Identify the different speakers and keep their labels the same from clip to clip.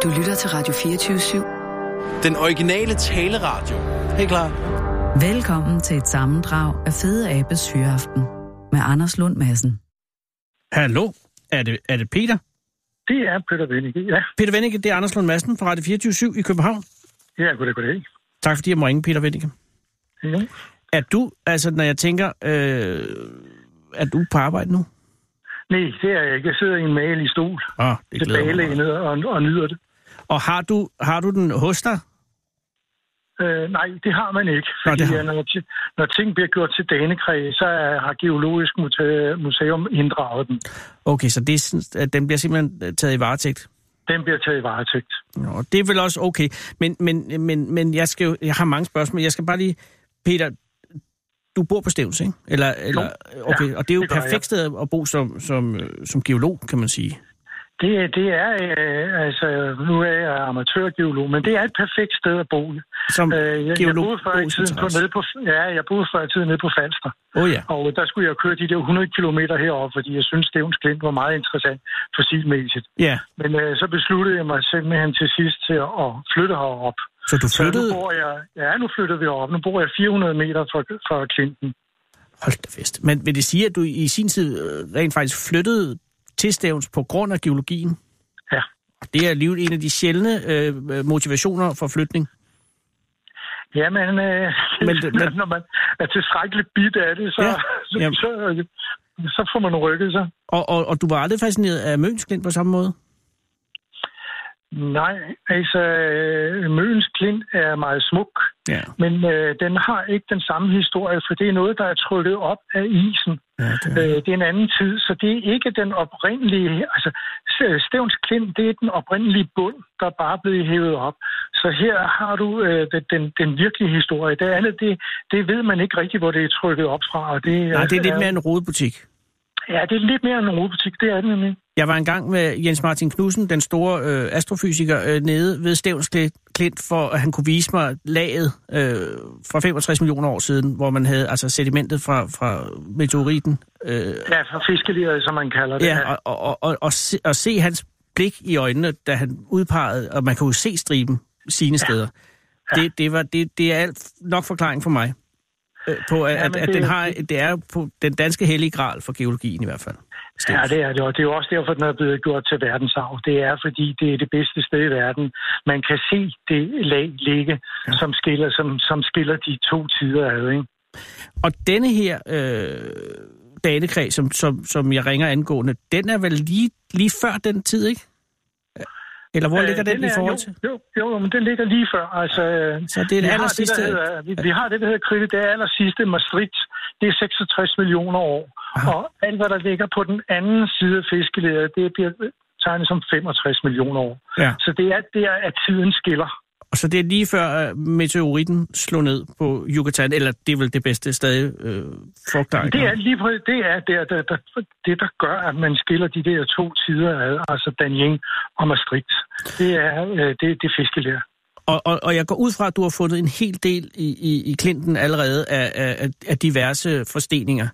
Speaker 1: Du lytter til Radio 24/7.
Speaker 2: Den originale taleradio. Helt klar.
Speaker 1: Velkommen til et sammendrag af Fede Abes Hyreaften med Anders Lund Madsen.
Speaker 3: Hallo, er det Peter?
Speaker 4: Det er Peter Wennicke, ja.
Speaker 3: Peter Wennicke, det er Anders Lund Madsen fra Radio 24/7 i København.
Speaker 4: Ja, goddag.
Speaker 3: Tak fordi jeg må ringe, Peter Wennicke.
Speaker 4: Ja.
Speaker 3: Er du, altså når jeg tænker, er du på arbejde nu?
Speaker 4: Nej, det er jeg ikke. Jeg sidder i en malig stol.
Speaker 3: Det glæder mig.
Speaker 4: Og nyder det.
Speaker 3: Og har du den hos dig?
Speaker 4: Nej, det har man ikke. Fordi når ting bliver gjort til Danekræ, så har Geologisk Museum inddraget den.
Speaker 3: Okay, så den bliver simpelthen taget i varetægt?
Speaker 4: Den bliver taget i varetægt.
Speaker 3: Nå, det er vel også okay. Men jeg har mange spørgsmål. Jeg skal bare lige... Peter, du bor på Stevns, ikke? Eller okay, ja, og det er jo et perfekt sted at bo som geolog, kan man sige.
Speaker 4: Det er altså, nu er jeg amatørgeolog, men det er et perfekt sted at bo.
Speaker 3: Som
Speaker 4: jeg boede før i tiden nede på Falster.
Speaker 3: Ja.
Speaker 4: Og der skulle jeg køre de der 100 kilometer heroppe, fordi jeg synes, Stevns Klint var meget interessant fossilmæssigt.
Speaker 3: Ja.
Speaker 4: Men så besluttede jeg mig simpelthen til sidst til at flytte herop.
Speaker 3: Så du flyttede?
Speaker 4: Nu flyttede vi op. Nu bor jeg 400 meter fra Klinten.
Speaker 3: Hold da fest. Men vil det sige, at du i sin tid rent faktisk flyttede til Stevns på grund af geologien?
Speaker 4: Ja.
Speaker 3: Det er alligevel en af de sjældne motivationer for flytning.
Speaker 4: Ja, men når man er tilstrækkeligt bit af det, så får man rykket sig.
Speaker 3: Og du var aldrig fascineret af Møns Klint på samme måde?
Speaker 4: Nej, altså Møns Klint er meget smuk,
Speaker 3: ja.
Speaker 4: Men den har ikke den samme historie, for det er noget, der er trykket op af isen.
Speaker 3: Ja,
Speaker 4: det er en anden tid, så det er ikke den oprindelige... Altså, Stevns Klint, det er den oprindelige bund, der bare er blevet hævet op. Så her har du den virkelige historie. Det andet, det ved man ikke rigtigt, hvor det er trykket op fra. Og det
Speaker 3: er lidt mere en rodebutik.
Speaker 4: Ja, det er lidt mere en rodebutik, det er det nemlig.
Speaker 3: Jeg var engang med Jens Martin Knudsen, den store astrofysiker, nede ved Stevns Klint, for at han kunne vise mig laget fra 65 millioner år siden, hvor man havde altså sedimentet fra meteoriten.
Speaker 4: Ja, fra fiskeleret, som man kalder det.
Speaker 3: Ja, og se hans blik i øjnene, da han udpegede, og man kunne jo se striben sine steder. Ja. Det er alt nok forklaring for mig. På at det er på den danske hellige gral for geologien i hvert fald.
Speaker 4: Ja, det er det, og det er jo også derfor, den er blevet gjort til verdensarv. Det er, fordi det er det bedste sted i verden. Man kan se det lag ligge, som skiller de to tider ad, ikke?
Speaker 3: Og denne her Danekræ, som jeg ringer angående, den er vel lige før den tid, ikke? Eller hvor ligger den i forhold til?
Speaker 4: Jo, men den ligger lige før. Altså,
Speaker 3: så det er det aller sidste?
Speaker 4: Vi har det, der hedder kridt. Det er aller sidste Maastricht. Det er 66 millioner år. Aha. Og alt, hvad der ligger på den anden side af fiskelæret, det bliver tegnet som 65 millioner år. Ja. Så det er der, at tiden skiller.
Speaker 3: Og så det er lige før meteoritten slog ned på Yucatan, eller det er vel det bedste stadig forklaring?
Speaker 4: Det er lige på det, der gør, at man skiller de der to tider ad, altså Danying og Maastricht. Det er fiskelære.
Speaker 3: Og jeg går ud fra, at du har fundet en hel del i Klinten allerede af diverse forsteninger.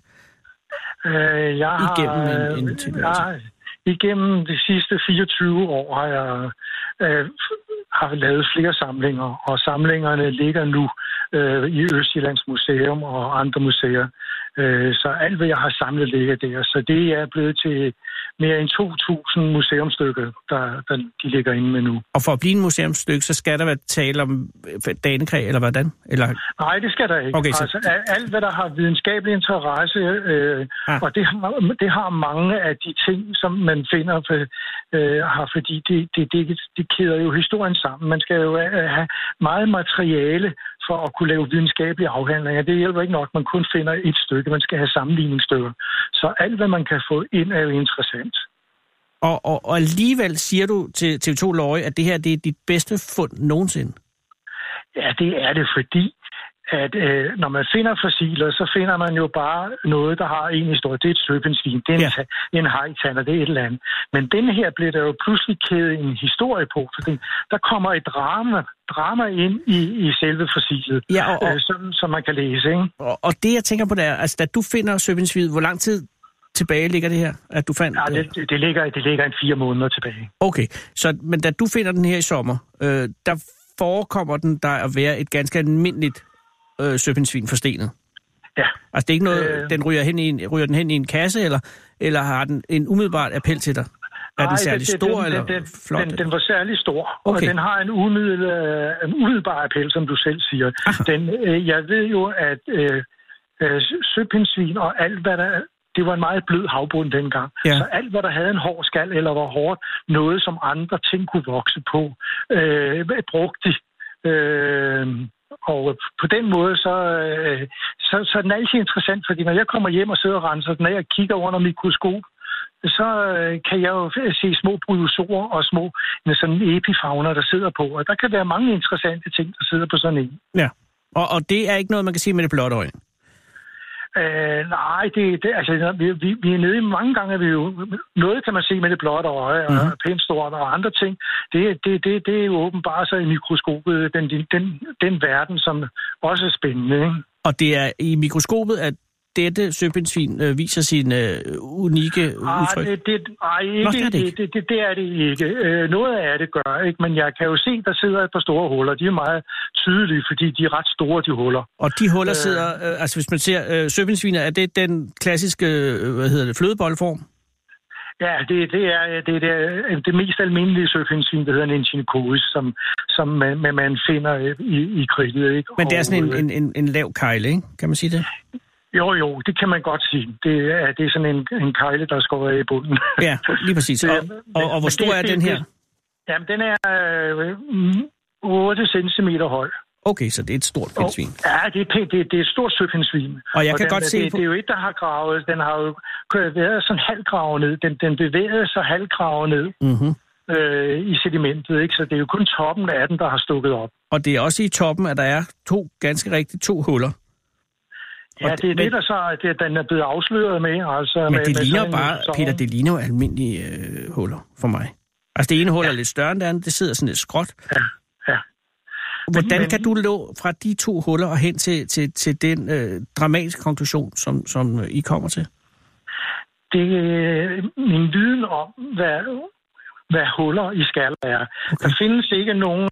Speaker 4: Igennem de sidste 24 år har jeg har lavet flere samlinger, og samlingerne ligger nu i Østjyllands Museum og andre museer. Så alt, hvad jeg har samlet, ligger der. Så det er blevet til mere end 2.000 museumsstykker, der de ligger inde med nu. Og
Speaker 3: for at blive en museumsstykke, så skal der være tale om Danekræ, eller hvordan? Eller...
Speaker 4: Nej, det skal der ikke. Okay, så... Altså, alt, hvad der har videnskabelig interesse, og det har mange af de ting, som man finder, har, fordi det kæder jo historien sammen. Man skal jo have meget materiale for at kunne lave videnskabelige afhandlinger. Det hjælper ikke nok, man kun finder et stykke. Man skal have sammenligningsstykker. Så alt, hvad man kan få ind, er jo interessant.
Speaker 3: Og alligevel siger du til TV2 Løje, at det her det er dit bedste fund nogensinde?
Speaker 4: Ja, det er det, fordi at når man finder fossiler, så finder man jo bare noget, der har en historie. Det er et søbensvin, det er en hajtander, det er et eller andet. Men denne her bliver der jo pludselig kædet en historie på, fordi der kommer et drama ind i selve fossilet, som man kan læse, ikke?
Speaker 3: Og det, jeg tænker på, det er, altså da du finder søbensvin, hvor lang tid tilbage ligger det her, at du fandt?
Speaker 4: Ja, det ligger en 4 måneder tilbage.
Speaker 3: Okay, men da du finder den her i sommer, der forekommer den der at være et ganske almindeligt søpindsvin forstenet?
Speaker 4: Ja.
Speaker 3: Altså det er ikke noget, den ryger den hen i en kasse, eller har den en umiddelbart appel til dig? Er den særlig stor eller flot?
Speaker 4: Den var særlig stor,
Speaker 3: okay.
Speaker 4: Og den har en umiddelbar appel, som du selv siger. Jeg ved jo, at søpindsvin og alt, hvad der... Det var en meget blød havbund dengang. Ja. Så alt, hvad der havde en hård skal eller var hårdt, noget som andre ting kunne vokse på, brugte de. Og på den måde, så er den altid interessant, fordi når jeg kommer hjem og sidder og renser den af og kigger under mikroskop, så kan jeg jo se små bryozoer og små sådan epifauner, der sidder på. Og der kan være mange interessante ting, der sidder på sådan en.
Speaker 3: Ja, og det er ikke noget, man kan sige med det blotte øje?
Speaker 4: Nej, altså, vi er nede i mange gange, vi jo noget kan man se med det blotte øje, og pænt stort og andre ting. Det er jo åbenbart så i mikroskopet, den verden, som også er spændende. Ikke?
Speaker 3: Og det er i mikroskopet, at dette søpindsvin viser sin unikke udtryk?
Speaker 4: Det er det ikke. Noget af det gør, ikke? Men jeg kan jo se, der sidder et par store huller. De er meget tydelige, fordi de er ret store, de huller.
Speaker 3: Og de huller sidder, altså hvis man ser søpindsviner, er det den klassiske, flødebolleform?
Speaker 4: Ja, det er det mest almindelige søpindsvin, der hedder en enchinocoris, som man finder i kridtet, ikke?
Speaker 3: Men det er sådan en lav kejle, ikke? Kan man sige det?
Speaker 4: Jo, det kan man godt sige. Det er sådan en kejle, der er skåret af i bunden.
Speaker 3: Ja, lige præcis. Og hvor stor er den her?
Speaker 4: Jamen, den er 8 centimeter høj.
Speaker 3: Okay, så det er et stort pindsvin.
Speaker 4: Ja, det er pænt. Det er et stort søpindsvin.
Speaker 3: Og jeg kan godt se...
Speaker 4: Det er jo et, der har gravet... Den har jo været sådan halvgravet ned. Den bevægede sig halvgravet ned i sedimentet, ikke? Så det er jo kun toppen af den, der har stukket op.
Speaker 3: Og det er også i toppen, at der er ganske rigtigt 2 huller.
Speaker 4: Ja, det er det, der så den er blevet afsløret med. Altså,
Speaker 3: men det ligner bare, Peter, det ligner jo almindelige huller for mig. Altså det ene hul er lidt større end det andet, det sidder sådan lidt skråt.
Speaker 4: Ja.
Speaker 3: Hvordan kan du nå fra de 2 huller og hen til den dramatiske konklusion, som I kommer til?
Speaker 4: Det er min viden om, hvad huller i skaller er. Okay. Der findes ikke nogen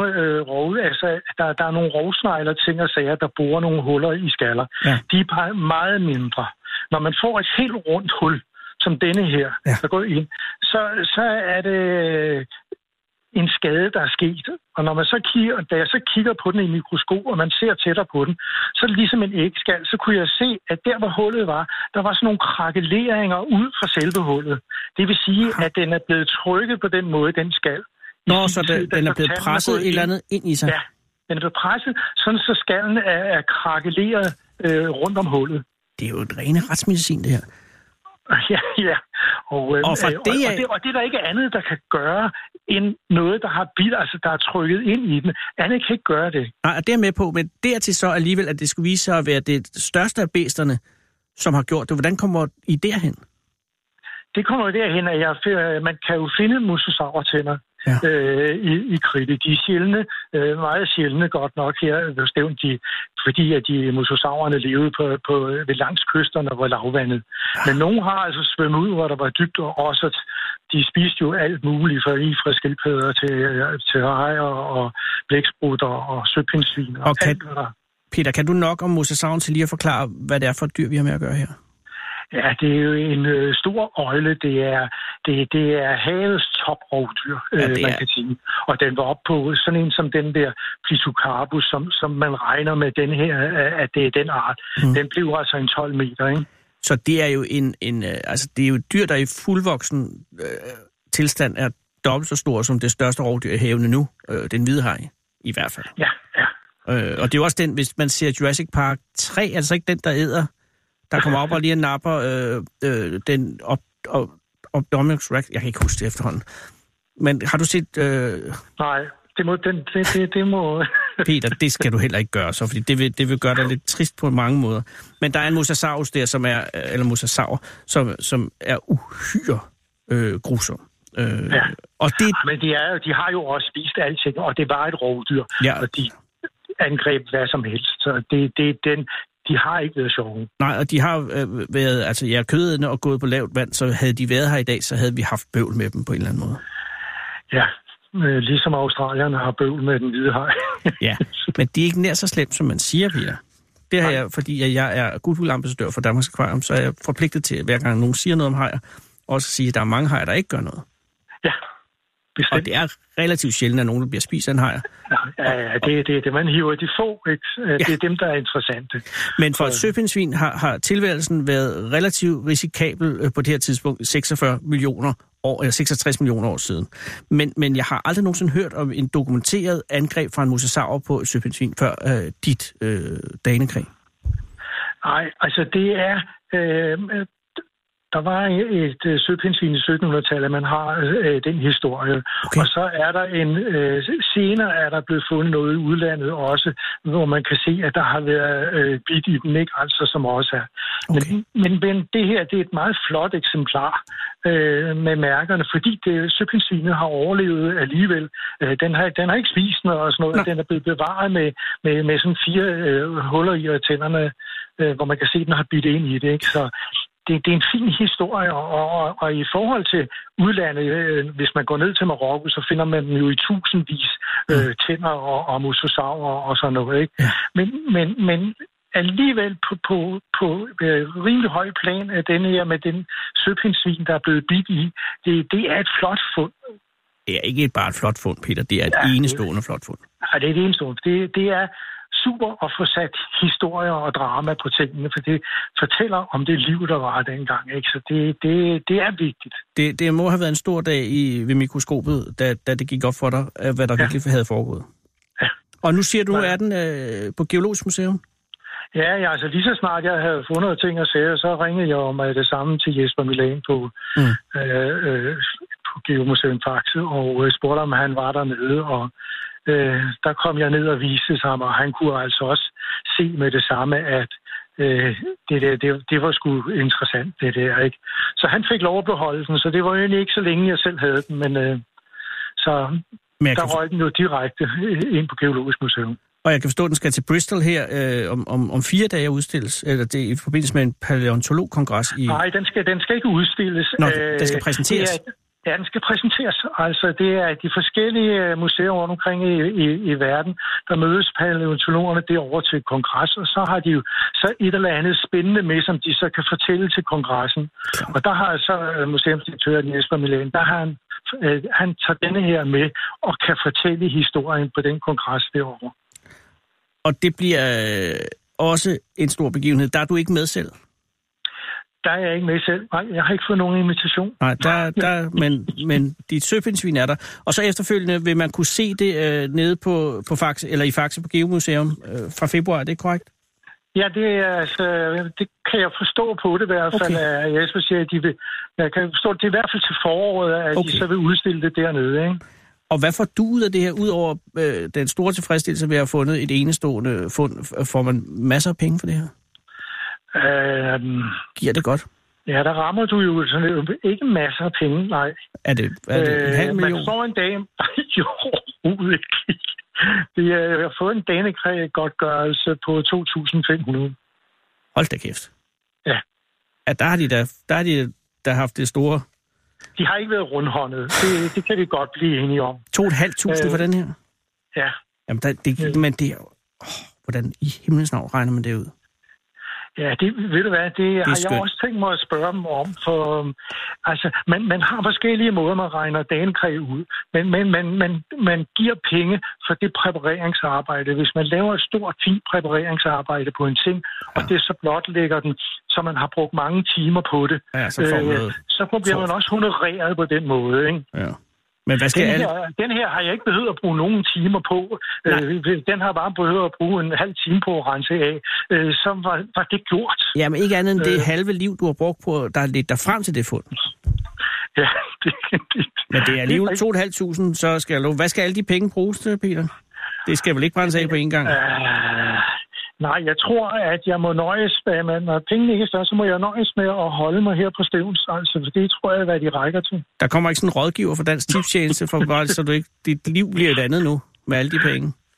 Speaker 4: der er nogle rovsnegler, ting og sager, der borer nogle huller i skaller. Ja. De er meget mindre. Når man får et helt rundt hul, som denne her, der går ind, så er det en skade, der er sket. Og når man da jeg så kigger på den i mikroskop, og man ser tættere på den, så ligesom en ægskal, så kunne jeg se, at der hvor hullet var, der var sådan nogle krakeleringer ud fra selve hullet. Det vil sige, at den er blevet trykket på den måde, den skal.
Speaker 3: Så den er blevet presset et eller andet ind i sig?
Speaker 4: Ja, den er blevet presset, sådan så skallen er krakeleret rundt om hullet.
Speaker 3: Det er jo et rene retsmedicin, det her.
Speaker 4: Ja. Og det er der ikke andet, der kan gøre, end noget, der er trykket ind i den. Andet kan ikke gøre det.
Speaker 3: Nej, og det er med på, men dertil så alligevel, at det skulle vise sig at være det største af bæsterne, som har gjort det. Hvordan kommer I derhen? Det kommer derhen, at
Speaker 4: man kan jo finde mosasaurtænder i kridtet. De er sjældne, meget sjældne godt nok her, fordi at de mosasaurerne levede ved langs kysterne og var lavvandet. Men nogle har altså svømmet ud, hvor der var dybt, og også de spiste jo alt muligt, fra skildpadder til rejer og blæksprutter og søpindsvin. Og alt,
Speaker 3: Peter, kan du nok om mosasauren til lige at forklare, hvad det er for et dyr, vi har med at gøre her?
Speaker 4: Ja, det er jo en stor øgle. Det er havets toprovdyr, man kan sige. Og den var op på sådan en som den der Phytocarpus, som man regner med den her, at det er den art. Den blev altså en 12 meter, ikke? Så det er jo det er jo et dyr, der i fuldvoksen tilstand er dobbelt så stor som det største rovdyr i havene nu. Den hvide haj, i hvert fald. Ja. Og det er jo også den, hvis man ser Jurassic Park 3, altså ikke den, der æder, der kommer op og lige napper den Opdominus Rex. Jeg kan ikke huske det efterhånden. Men har du set... Nej, det må...
Speaker 3: Peter, det skal du heller ikke gøre så, fordi det vil gøre dig lidt trist på mange måder. Men der er en mosasaurus der, som er uhyre grusom. Og det... Men de har jo også spist alting, og det var et rovdyr, og de angreb hvad som helst. Så
Speaker 4: de har ikke været sjove.
Speaker 3: Nej, og de har været, altså kødædende og gået på lavt vand, så havde de været her i dag, så havde vi haft bøvl med dem på en eller anden måde.
Speaker 4: Ja, ligesom australierne har bøvl med den hvide haj.
Speaker 3: Ja, men det er ikke nær så slemt, som man siger, Peter. Det har jeg, fordi jeg er goodwill-ambassadør for Danmarks Akvarium, så er jeg forpligtet til, hver gang nogen siger noget om hajer, også at sige, at der er mange hajer, der ikke gør noget.
Speaker 4: Ja, bestemt.
Speaker 3: Og det er relativt sjældent, at nogen der bliver spist af en hajer.
Speaker 4: Ja, det er det, man hiver de få, ikke? Det er dem, der er interessante. Men
Speaker 3: for et søpindsvin har tilværelsen været relativt risikabel på det her tidspunkt, 66 millioner år siden. Men jeg har aldrig nogensinde hørt om en dokumenteret angreb fra en mosasaur på et søpindsvin før dit danekrig.
Speaker 4: Nej, altså det er... Der var et søpindsvin i 1700-tallet, man har den historie. Okay. Og så er der senere er der blevet fundet noget i udlandet også, hvor man kan se, at der har været bidt i den, ikke? Altså som også er. Okay. Men det her, det er et meget flot eksemplar med mærkerne, fordi søpindsvinet har overlevet alligevel. Den har ikke spist noget og sådan noget. Den er blevet bevaret med sådan 4 huller i tænderne, hvor man kan se, at den har bidt ind i det, ikke? Så det er en fin historie, og i forhold til udlandet, hvis man går ned til Marokko, så finder man dem jo i tusindvis tænder og mosasaurer og sådan noget, ikke? Men alligevel på rimelig høj plan af denne her med den søpindsvin, der er blevet bidt i, det er et flot fund.
Speaker 3: Det er ikke bare et flot fund, Peter. Det er et enestående flot fund.
Speaker 4: Ja, det er et enestående. Det er super at få sat historier og drama på tingene, for det fortæller om det liv, der var dengang, ikke? Så det er vigtigt. Det
Speaker 3: må have været en stor dag ved mikroskopet, da det gik op for dig, hvad der virkelig havde foregået. Ja. Og nu siger du, er den på Geologisk Museum?
Speaker 4: Ja, altså lige så snart jeg havde fundet ting at sige, så ringede jeg om det samme til Jesper Milan på Geomuseum Faxe, og spurgte, om han var dernede, og der kom jeg ned og viste ham, og han kunne altså også se med det samme, at det var sgu interessant, det der, ikke? Så han fik lov at beholde den, så det var jo ikke så længe, jeg selv havde den, men der røg den jo direkte ind på Geologisk Museum.
Speaker 3: Og jeg kan forstå, at den skal til Bristol her om 4 dage udstilles, eller det er i forbindelse med en paleontologkongres i...
Speaker 4: Nej, den skal ikke udstilles.
Speaker 3: Nå, den skal præsenteres.
Speaker 4: Ja, den skal præsenteres. Altså, det er de forskellige museer rundt omkring i verden, der mødes paleontologerne derovre til kongres, og så har de jo så et eller andet spændende med, som de så kan fortælle til kongressen. Og der har så museumsdirektøren Jesper Milan, der har han tager denne her med og kan fortælle historien på den kongres derovre.
Speaker 3: Og det bliver også en stor begivenhed. Der er du ikke med selv?
Speaker 4: Der er jeg ikke med selv. Nej, jeg har ikke fået nogen invitation.
Speaker 3: Nej, men dit søpindsvin er der. Og så efterfølgende vil man kunne se det nede på Faxe, eller i Faxe på Geomuseum fra februar, er det korrekt?
Speaker 4: Ja, det kan jeg forstå på det i hvert fald. Okay. Jesper siger, at jeg kan forstå, det er i hvert fald til foråret, at de så vil udstille det dernede, ikke?
Speaker 3: Og hvad får du ud af det her, udover den store tilfredsstillelse ved at have fundet et enestående fund? Får man masser af penge for det her? Giver det godt?
Speaker 4: Ja, der rammer du jo sådan, ikke masser af penge, nej.
Speaker 3: Er det en halv million?
Speaker 4: Man får en dag... Jo, jeg har fået en danekræ-godtgørelse på 2.500.
Speaker 3: Hold da kæft.
Speaker 4: Ja.
Speaker 3: Der har de da haft det store...
Speaker 4: De har ikke været rundhåndet. Det kan vi godt blive enige om.
Speaker 3: 2.500 for den her?
Speaker 4: Ja.
Speaker 3: Jamen, men det er jo... hvordan i himlens navn regner man det ud?
Speaker 4: Ja, ved du hvad, det har jeg også tænkt mig at spørge dem om, for altså, man har forskellige måder, man regner danekræ ud, men man giver penge for det præpareringsarbejde. Hvis man laver et stort, fint præpareringsarbejde på en ting, og det så blotlægger den, så man har brugt mange timer på det, så bliver man også honoreret på den måde, ikke? Ja.
Speaker 3: Men hvad skal
Speaker 4: den her har jeg ikke behøvet at bruge nogen timer på. Den har bare behøvet at bruge en halv time på at rense af. Så var det gjort.
Speaker 3: Ja, men ikke andet end det halve liv, du har brugt på, der har ledt dig frem til det fund.
Speaker 4: Ja,
Speaker 3: men det er alligevel 2.500, så skal jeg love. Hvad skal alle de penge bruges til, Peter? Det skal vel ikke brændes af på en gang?
Speaker 4: Nej, jeg tror, at jeg må nøjes med, når pengene ikke er større, så må jeg nøjes med at holde mig her på Stevns. Altså, for det tror jeg, hvad de rækker til.
Speaker 3: Der kommer ikke sådan en rådgiver for Dansk Tipstjeneste, så dit liv bliver et andet nu, med alle de penge?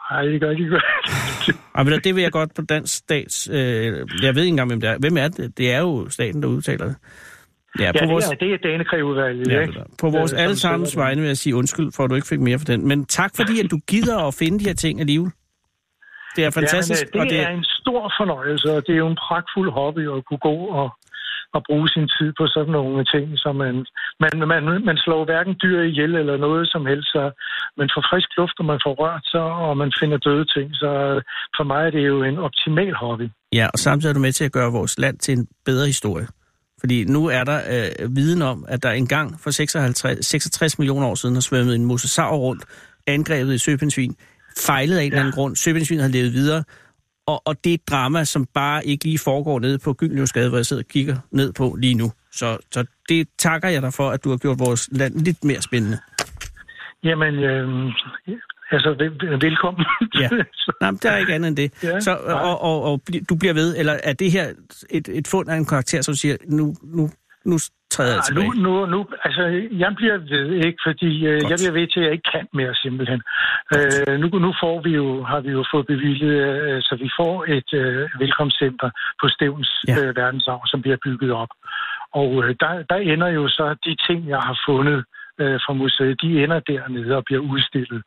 Speaker 4: Nej, det gør ikke.
Speaker 3: Det vil jeg godt på dansk stats... jeg ved ikke engang, hvem det er. Hvem er det? Det er jo staten, der udtaler det. Ja,
Speaker 4: det er Danekrig-udvalget.
Speaker 3: Ja, på vores allesammens vegne vil jeg sige undskyld, for at du ikke fik mere for den. Men tak, fordi at du gider at finde de her ting alligevel. Det er fantastisk.
Speaker 4: Ja, det er en stor fornøjelse, og det er jo en pragtfuld hobby at kunne gå og bruge sin tid på sådan nogle ting, som man slår hverken dyr ihjel eller noget som helst, så man får frisk luft, og man får rørt sig, og man finder døde ting. Så for mig er det jo en optimal hobby.
Speaker 3: Ja, og samtidig er du med til at gøre vores land til en bedre historie. Fordi nu er der viden om, at der engang for 66 millioner år siden har svømmet en mosasaur rundt, angrebet i søpindsvin, fejlede af en eller anden grund. Søpindsvin har levet videre, og det er et drama, som bare ikke lige foregår nede på Gyldenløvesgade, hvor jeg sidder og kigger ned på lige nu. Så det takker jeg dig for, at du har gjort vores land lidt mere spændende.
Speaker 4: Jamen, velkommen.
Speaker 3: Ja, nej, der er ikke andet end det. Ja, så, og du bliver ved, eller er det her et fund af en karakter, som siger, nu træder jeg tilbage?
Speaker 4: Jeg bliver ved, ikke, fordi jeg bliver ved til, at jeg ikke kan mere, simpelthen. Nu har vi jo fået bevilget, så vi får et velkomstcenter på Stevns verdensarv, som bliver bygget op. Og der ender jo så de ting, jeg har fundet fra museet, de ender dernede og bliver udstillet.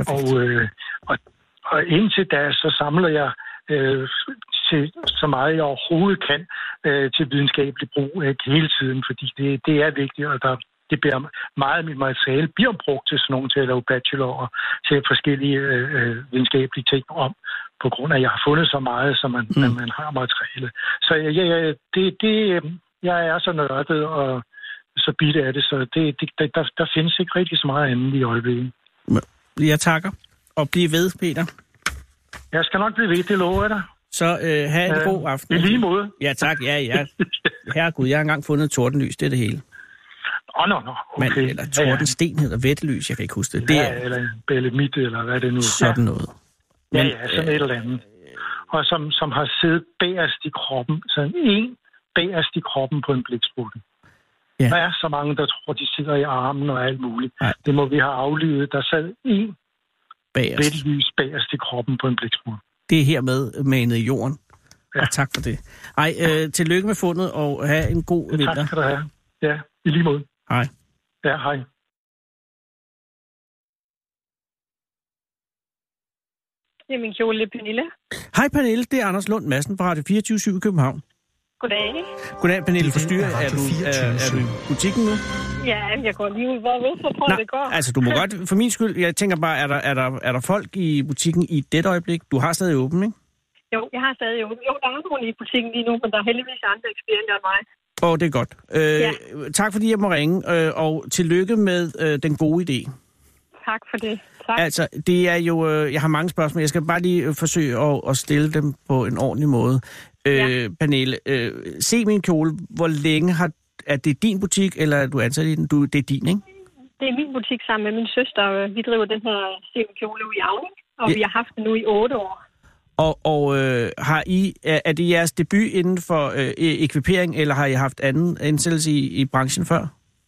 Speaker 4: Og indtil da, så samler jeg til så meget jeg overhovedet kan til videnskabelig brug, ikke, hele tiden, fordi det er vigtigt, og det bliver meget af mit materiale bliver brugt til sådan nogle til at lave bachelor og til forskellige videnskabelige ting om, på grund af, at jeg har fundet så meget, som man har materiale. Så jeg er så nørdet, og så bidt af det, så der findes ikke rigtig så meget andet i øjeblikket.
Speaker 3: Jeg takker. Og bliv ved, Peter.
Speaker 4: Jeg skal nok blive ved, det lover jeg dig.
Speaker 3: Så have en god aften.
Speaker 4: I lige måde.
Speaker 3: Ja, tak. Ja. Herregud, jeg har engang fundet tordenlys, det er det hele.
Speaker 4: Okay.
Speaker 3: Eller tordensten hedder vettelys, jeg kan ikke huske det.
Speaker 4: Ja, eller belemit, eller hvad det nu er.
Speaker 3: Sådan noget.
Speaker 4: Men, sådan et eller andet. Og som har siddet bagerst i kroppen, sådan en bagerst i kroppen på en blæksprutte. Ja. Der er så mange, der tror, de sidder i armen og alt muligt. Nej. Det må vi have aflivet. Der sad en vettelys bagerst i kroppen på en blæksprutte.
Speaker 3: Det er hermed manet i jorden. Ja. Og tak for det. Tillykke med fundet, og have en god vinter.
Speaker 4: Tak skal du have. Ja, i lige måde.
Speaker 3: Hej.
Speaker 4: Ja, hej.
Speaker 5: Det er min kjole, Pernille.
Speaker 3: Hej Pernille, det er Anders Lund Madsen fra Radio 24 i København.
Speaker 5: Goddag.
Speaker 3: Goddag, Pernille. Forstyrrer. Er du i butikken nu?
Speaker 5: Ja, jeg går lige ud. Hvor ved, så tror det går.
Speaker 3: Altså, du må godt, for min skyld, jeg tænker bare, er der folk i butikken i det øjeblik? Du har stadig åben, ikke?
Speaker 5: Jo, jeg har stadig åben. Jo, der er nogen i butikken lige nu, men der er heldigvis andre ekspedienter end mig.
Speaker 3: Det er godt. Tak fordi jeg må ringe, og tillykke med den gode idé.
Speaker 5: Tak for det. Tak.
Speaker 3: Altså, det er jo... jeg har mange spørgsmål. Jeg skal bare lige forsøge at stille dem på en ordentlig måde. Pernille, se min kjole. Hvor længe er det din butik, eller er du ansat i den? Det er din, ikke?
Speaker 5: Det er min butik sammen med min søster. Vi driver den her se min kjole i Auning, og vi har haft den nu i 8 år.
Speaker 3: Og er det jeres debut inden for ekvipering, eller har I haft anden ansættelse i branchen før?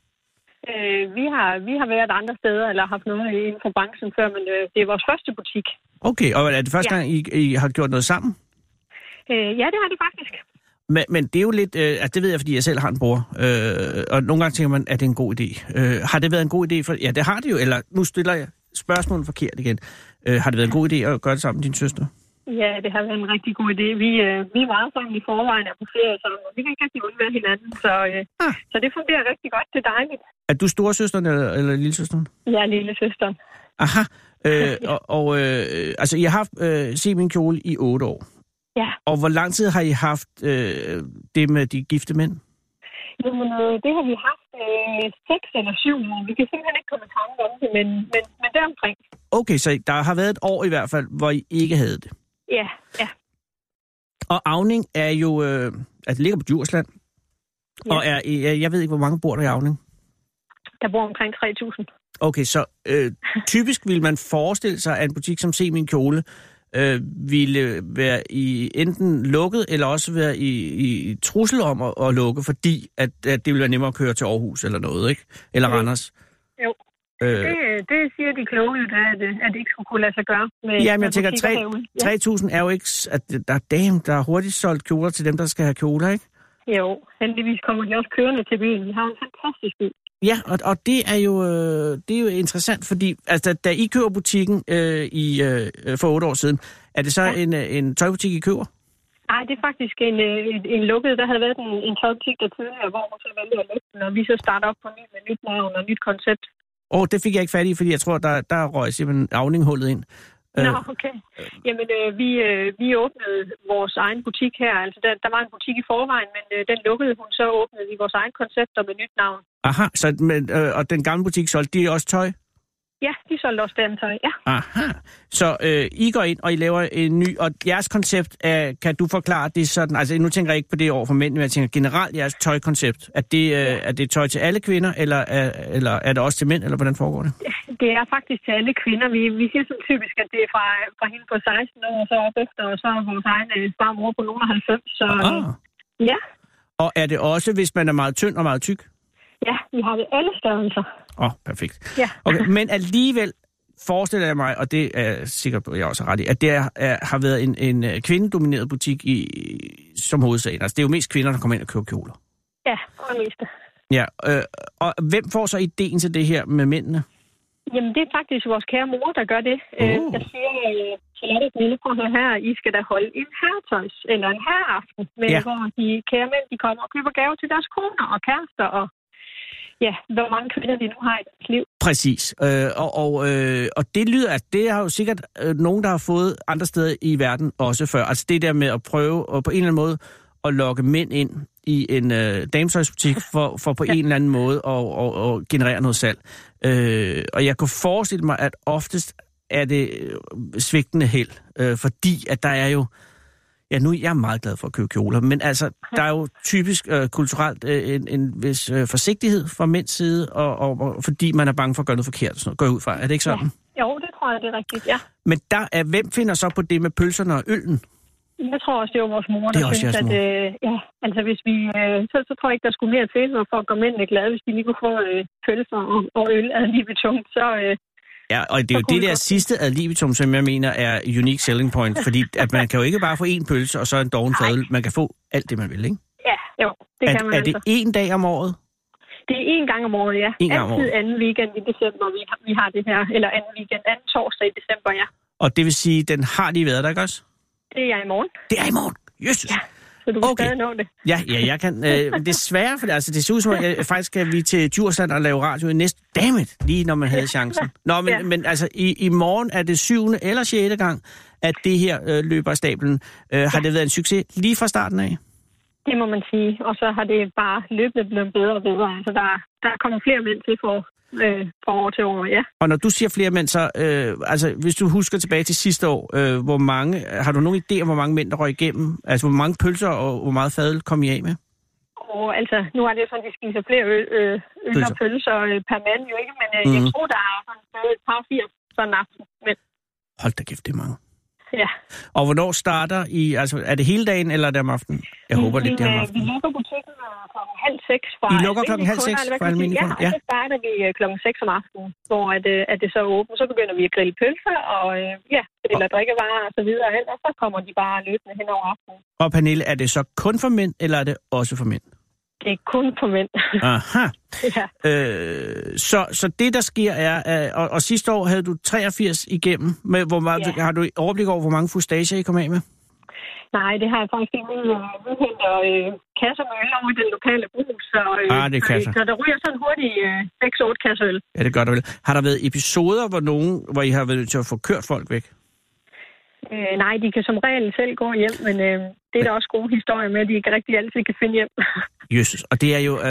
Speaker 5: Vi har været andre steder, eller haft noget inden for branchen før, men det er vores første butik.
Speaker 3: Okay, og er det første gang, I har gjort noget sammen?
Speaker 5: Ja, det har det faktisk.
Speaker 3: Men det er jo lidt... det ved jeg, fordi jeg selv har en bror. Og nogle gange tænker man, at det er en god idé. Har det været en god idé? Ja, det har det jo. Eller nu stiller jeg spørgsmålet forkert igen. Har det været en god idé at gøre det sammen med din søster?
Speaker 5: Ja, det har været en rigtig god idé. Vi er meget sammen i forvejen og på ferie sammen, og vi kan ikke rigtig undvære hinanden. Så det fungerer rigtig godt. Det er dejligt.
Speaker 3: Er du storesøsteren eller lillesøsteren?
Speaker 5: Ja, lillesøsteren.
Speaker 3: Aha. Altså, I har haft se min kjole i 8 år.
Speaker 5: Ja.
Speaker 3: Og hvor lang tid har I haft det med de gifte mænd?
Speaker 5: Jamen, det har vi haft 6 eller 7 år. Vi kan simpelthen ikke komme i tanke om det, men deromkring.
Speaker 3: Okay, så der har været et år i hvert fald, hvor I ikke havde det?
Speaker 5: Ja.
Speaker 3: Og Auning er jo... det ligger på Djursland. Ja. Og jeg ved ikke, hvor mange bor der i Auning?
Speaker 5: Der bor omkring 3.000.
Speaker 3: Okay, så typisk vil man forestille sig, at en butik som Se Min Kjole ville være i enten lukket, eller også være i trussel om at lukke, fordi at det ville være nemmere at køre til Aarhus eller noget, ikke? Eller Randers.
Speaker 5: Jo. Det siger de kloge, at det ikke skulle kunne lade sig gøre.
Speaker 3: Men jeg tænker, 3.000 er jo ikke... At der er hurtigt solgt kjoler til dem, der skal have kjoler, ikke?
Speaker 5: Jo, heldigvis kommer de også kørende til byen. Vi har en fantastisk by.
Speaker 3: Ja, og det er jo interessant, fordi altså, da I køber butikken for 8 år siden, er det så en tøjbutik, I køber?
Speaker 5: Nej, det er faktisk en lukket. Der havde været en tøjbutik der tidligere, hvor man så vælger at lukke den, og vi så starter op på ny med nyt navn og nyt koncept. Det fik jeg ikke fat i, fordi jeg tror, der røg simpelthen avninghullet ind. Nå, okay. Jamen, vi åbnede vores egen butik her. Altså, der var en butik i forvejen, men den lukkede hun, så åbnede vi vores egen koncepter med nyt navn.
Speaker 3: Aha, og den gamle butik solgte de også tøj?
Speaker 5: Ja, de solgte også tøj, ja.
Speaker 3: Aha, så I går ind, og I laver en ny, og jeres koncept, kan du forklare det sådan, altså nu tænker jeg ikke på det over for mænd, men jeg tænker generelt jeres tøjkoncept, er det tøj til alle kvinder, eller er det også til mænd, eller hvordan foregår det?
Speaker 5: Det er faktisk til alle kvinder. Vi siger sådan typisk, at det er fra hende på 16 år, og så op efter, og så er vores egen farmor på nogen af 90, så ja. Og er det også, hvis man er meget tynd og meget tyk? Ja, vi har det alle størrelser.
Speaker 3: Perfekt. Ja. Okay, men alligevel forestiller jeg mig, og det er sikkert, jeg også ret i, at det har været en kvindedomineret butik som hovedsagen. Altså, det er jo mest kvinder, der kommer ind og køber kjoler.
Speaker 5: Ja, og mest.
Speaker 3: Ja, og hvem får så ideen til det her med mændene?
Speaker 5: Jamen, det er faktisk vores kære mor, der gør det. Jeg siger, Charlotte, lille prøv her, I skal da holde en herretøjs, eller en herreaften, hvor de kære mænd, de kommer og køber gaver til deres koner og kærester, og hvor mange kvinder de nu har i deres liv.
Speaker 3: Præcis. Og det lyder, at det har jo sikkert nogen, der har fået andre steder i verden også før. Altså det der med at prøve på en eller anden måde at lokke mænd ind i en dametøjsbutik for på en eller anden måde at generere noget salg. Og jeg kunne forestille mig, at oftest er det svigtende held, fordi at der er jo... Ja, nu jeg er meget glad for at købe kjoler, men altså, der er jo typisk kulturelt en vis forsigtighed fra mænds side, og fordi man er bange for at gøre noget forkert, sådan noget. Går jeg ud fra. Er det ikke sådan?
Speaker 5: Ja. Jo, det tror jeg, det er rigtigt, ja.
Speaker 3: Men hvem finder så på det med pølserne og øllen?
Speaker 5: Jeg tror også, det var vores mor, der synes, at altså hvis vi... Så tror jeg ikke, der skulle mere til, for at gøre mændene glade, hvis de lige kunne få pølser og øl ad libitum, så...
Speaker 3: Ja, og det er jo det der sidste ad libitum, som jeg mener er unique selling point, fordi at man kan jo ikke bare få én pølse og så en doven fadøl. Man kan få alt det, man vil, ikke?
Speaker 5: Ja, jo, det kan man.
Speaker 3: Er det én dag om året?
Speaker 5: Det er 1 gang om året, ja. Altid anden weekend i december, vi har det her. Eller anden torsdag i december, ja.
Speaker 3: Og det vil sige, den har lige været der, ikke også?
Speaker 5: Det er i morgen.
Speaker 3: Det er i morgen? Jesus!
Speaker 5: Ja. Så du kan stadig nå det.
Speaker 3: Ja, jeg kan. Desværre, for altså, det ser ud som, at faktisk skal vi til Djursland og lave radio i næste... Dammit, lige når man havde chancen. Nå, men altså, i morgen er det 7. eller 6. gang, at det her løber af stablen. Har det været en succes lige fra starten af?
Speaker 5: Det må man sige. Og så har det bare løbende blevet bedre og bedre. Altså, der kommer flere mænd til fra år til år, ja. Og
Speaker 3: når du siger flere mænd, så altså, hvis du husker tilbage til sidste år, har du nogen idé om, hvor mange mænd, der røg igennem? Altså, hvor mange pølser og hvor meget fadøl kom I af med?
Speaker 5: Altså, nu er det sådan, at de spiser flere øl og pølser per mand jo ikke, men jeg tror, der er sådan et par 80 sådan en aften. Men...
Speaker 3: Hold da kæft, det er mange.
Speaker 5: Ja.
Speaker 3: Og hvornår starter I? Altså, er det hele dagen, eller er det om aftenen? Jeg håber lidt, det er om aftenen.
Speaker 5: Vi lukker butikken klokken 5:30 fra...
Speaker 3: I lukker klokken 5:30 fra almindelige kunder?
Speaker 5: Ja, og så starter vi klokken 6 om aftenen, hvor at det så er åbent. Så begynder vi at grille pølser og eller drikkevarer og så videre. Og så kommer de bare løbende hen over aftenen.
Speaker 3: Og Pernille, er det så kun for mænd, eller er det også for mænd?
Speaker 5: Det er kun for mænd.
Speaker 3: Aha. Ja. Så det, der sker, er... Og sidste år havde du 83 igennem. Har du overblik over, hvor mange fustager I kom af med?
Speaker 5: Nej, det har jeg faktisk ikke. Vi henter kasser med øl over i den lokale brug.
Speaker 3: Det er kasser.
Speaker 5: Så der ryger sådan hurtigt 6-8 kasser øl.
Speaker 3: Ja, det gør der vel. Har der været episoder, hvor I har været nødt til at få kørt folk væk?
Speaker 5: Nej, de kan som regel selv gå hjem, men det er der også gode historier med, at de ikke rigtig altid kan finde hjem. Jesus,
Speaker 3: og det er jo,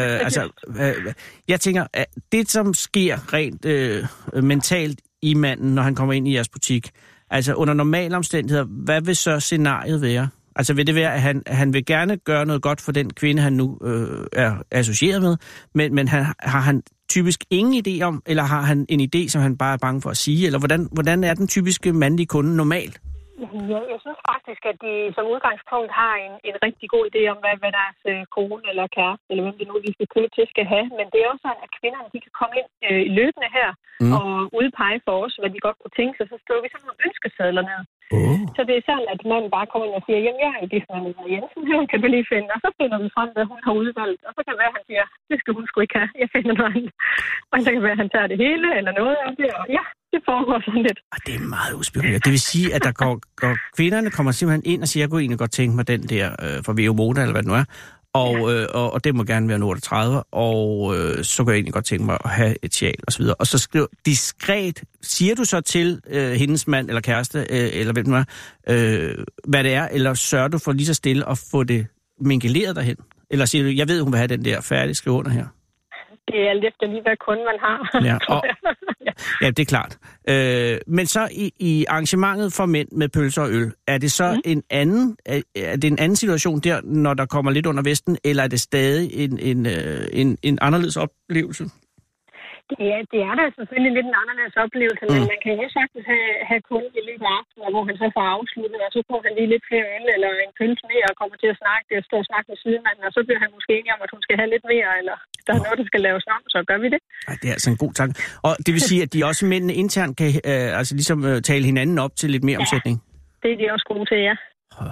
Speaker 3: jeg tænker, det som sker rent mentalt i manden, når han kommer ind i jeres butik, altså under normale omstændigheder, hvad vil så scenariet være? Altså vil det være, at han vil gerne gøre noget godt for den kvinde, han nu er associeret med, men har han typisk ingen idé om, eller har han en idé, som han bare er bange for at sige, eller hvordan er den typiske mandlige kunde normalt?
Speaker 5: Jeg synes faktisk, at de som udgangspunkt har en rigtig god idé om, hvad deres kone eller kæreste, eller hvem det nu de skal købe til, skal have. Men det er også sådan, at kvinderne de kan komme ind løbende her og udpege for os, hvad de godt kunne tænke sig. Så skriver vi sådan nogle ønskesedler ned. Så det er sådan, at manden bare kommer ind og siger, jamen jeg er jo gift med Nina Jensen, her kan du lige finde. Og så finder vi frem, hvad hun har udvalgt. Og så kan det være, at han siger, det skal hun sgu ikke have. Jeg finder noget andet. Og så kan det være, at han tager det hele eller noget af det. Og ja, det foregår sådan lidt. Og
Speaker 3: det er meget uspekuleret. Det vil sige, at der går kvinderne kommer simpelthen ind og siger, jeg kunne egentlig godt tænke mig den der fra VO Moda, eller hvad det nu er. Og det må gerne være 38, og så kunne jeg egentlig godt tænke mig at have et sjal og så videre. Og så skriver diskret, siger du så til hendes mand eller kæreste, eller hvem det nu er, hvad det er, eller sørger du for lige så stille at få det mingeleret derhen? Eller siger du, jeg ved, hun vil have den der færdig skrive under her?
Speaker 5: Det er alt efter lige, hvad kunde man har.
Speaker 3: Ja, det er klart. Men så i arrangementet for mænd med pølser og øl, er det så en anden situation der, når der kommer lidt under vesten, eller er det stadig en anderledes oplevelse?
Speaker 5: Det er da selvfølgelig lidt en anderledes oplevelse, men man kan jo sagtens have kunden i løbet af aftenen, hvor han så får afsluttet, og så får han lige lidt flere øl eller en pølse mere og kommer til at stå og snakke med sidemanden, og så bliver han måske enig om, at hun skal have lidt mere, eller der er noget, der skal laves om, så gør vi det. Ej,
Speaker 3: det er altså en god tanke. Og det vil sige, at de også mændene internt kan ligesom tale hinanden op til lidt mere omsætning?
Speaker 5: Det er de også gode til, ja.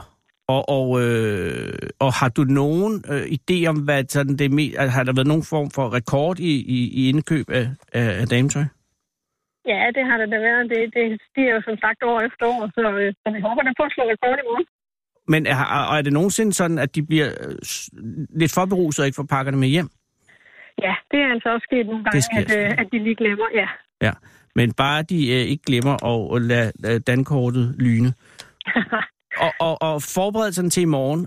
Speaker 3: Og har du nogen idé om, hvad sådan det har der været nogen form for rekord i indkøb af dametøj?
Speaker 5: Ja, det har der været. Det stiger jo som sagt år efter år, så vi håber, der får at slå rekord i morgen.
Speaker 3: Men er det nogensinde sådan, at de bliver lidt for beruset og ikke får pakkerne med hjem?
Speaker 5: Ja, det er altså også sket nogle gange, at de lige glemmer, ja. Ja,
Speaker 3: men bare de ikke glemmer at lade dankortet lyne. Og forberedelserne til i morgen,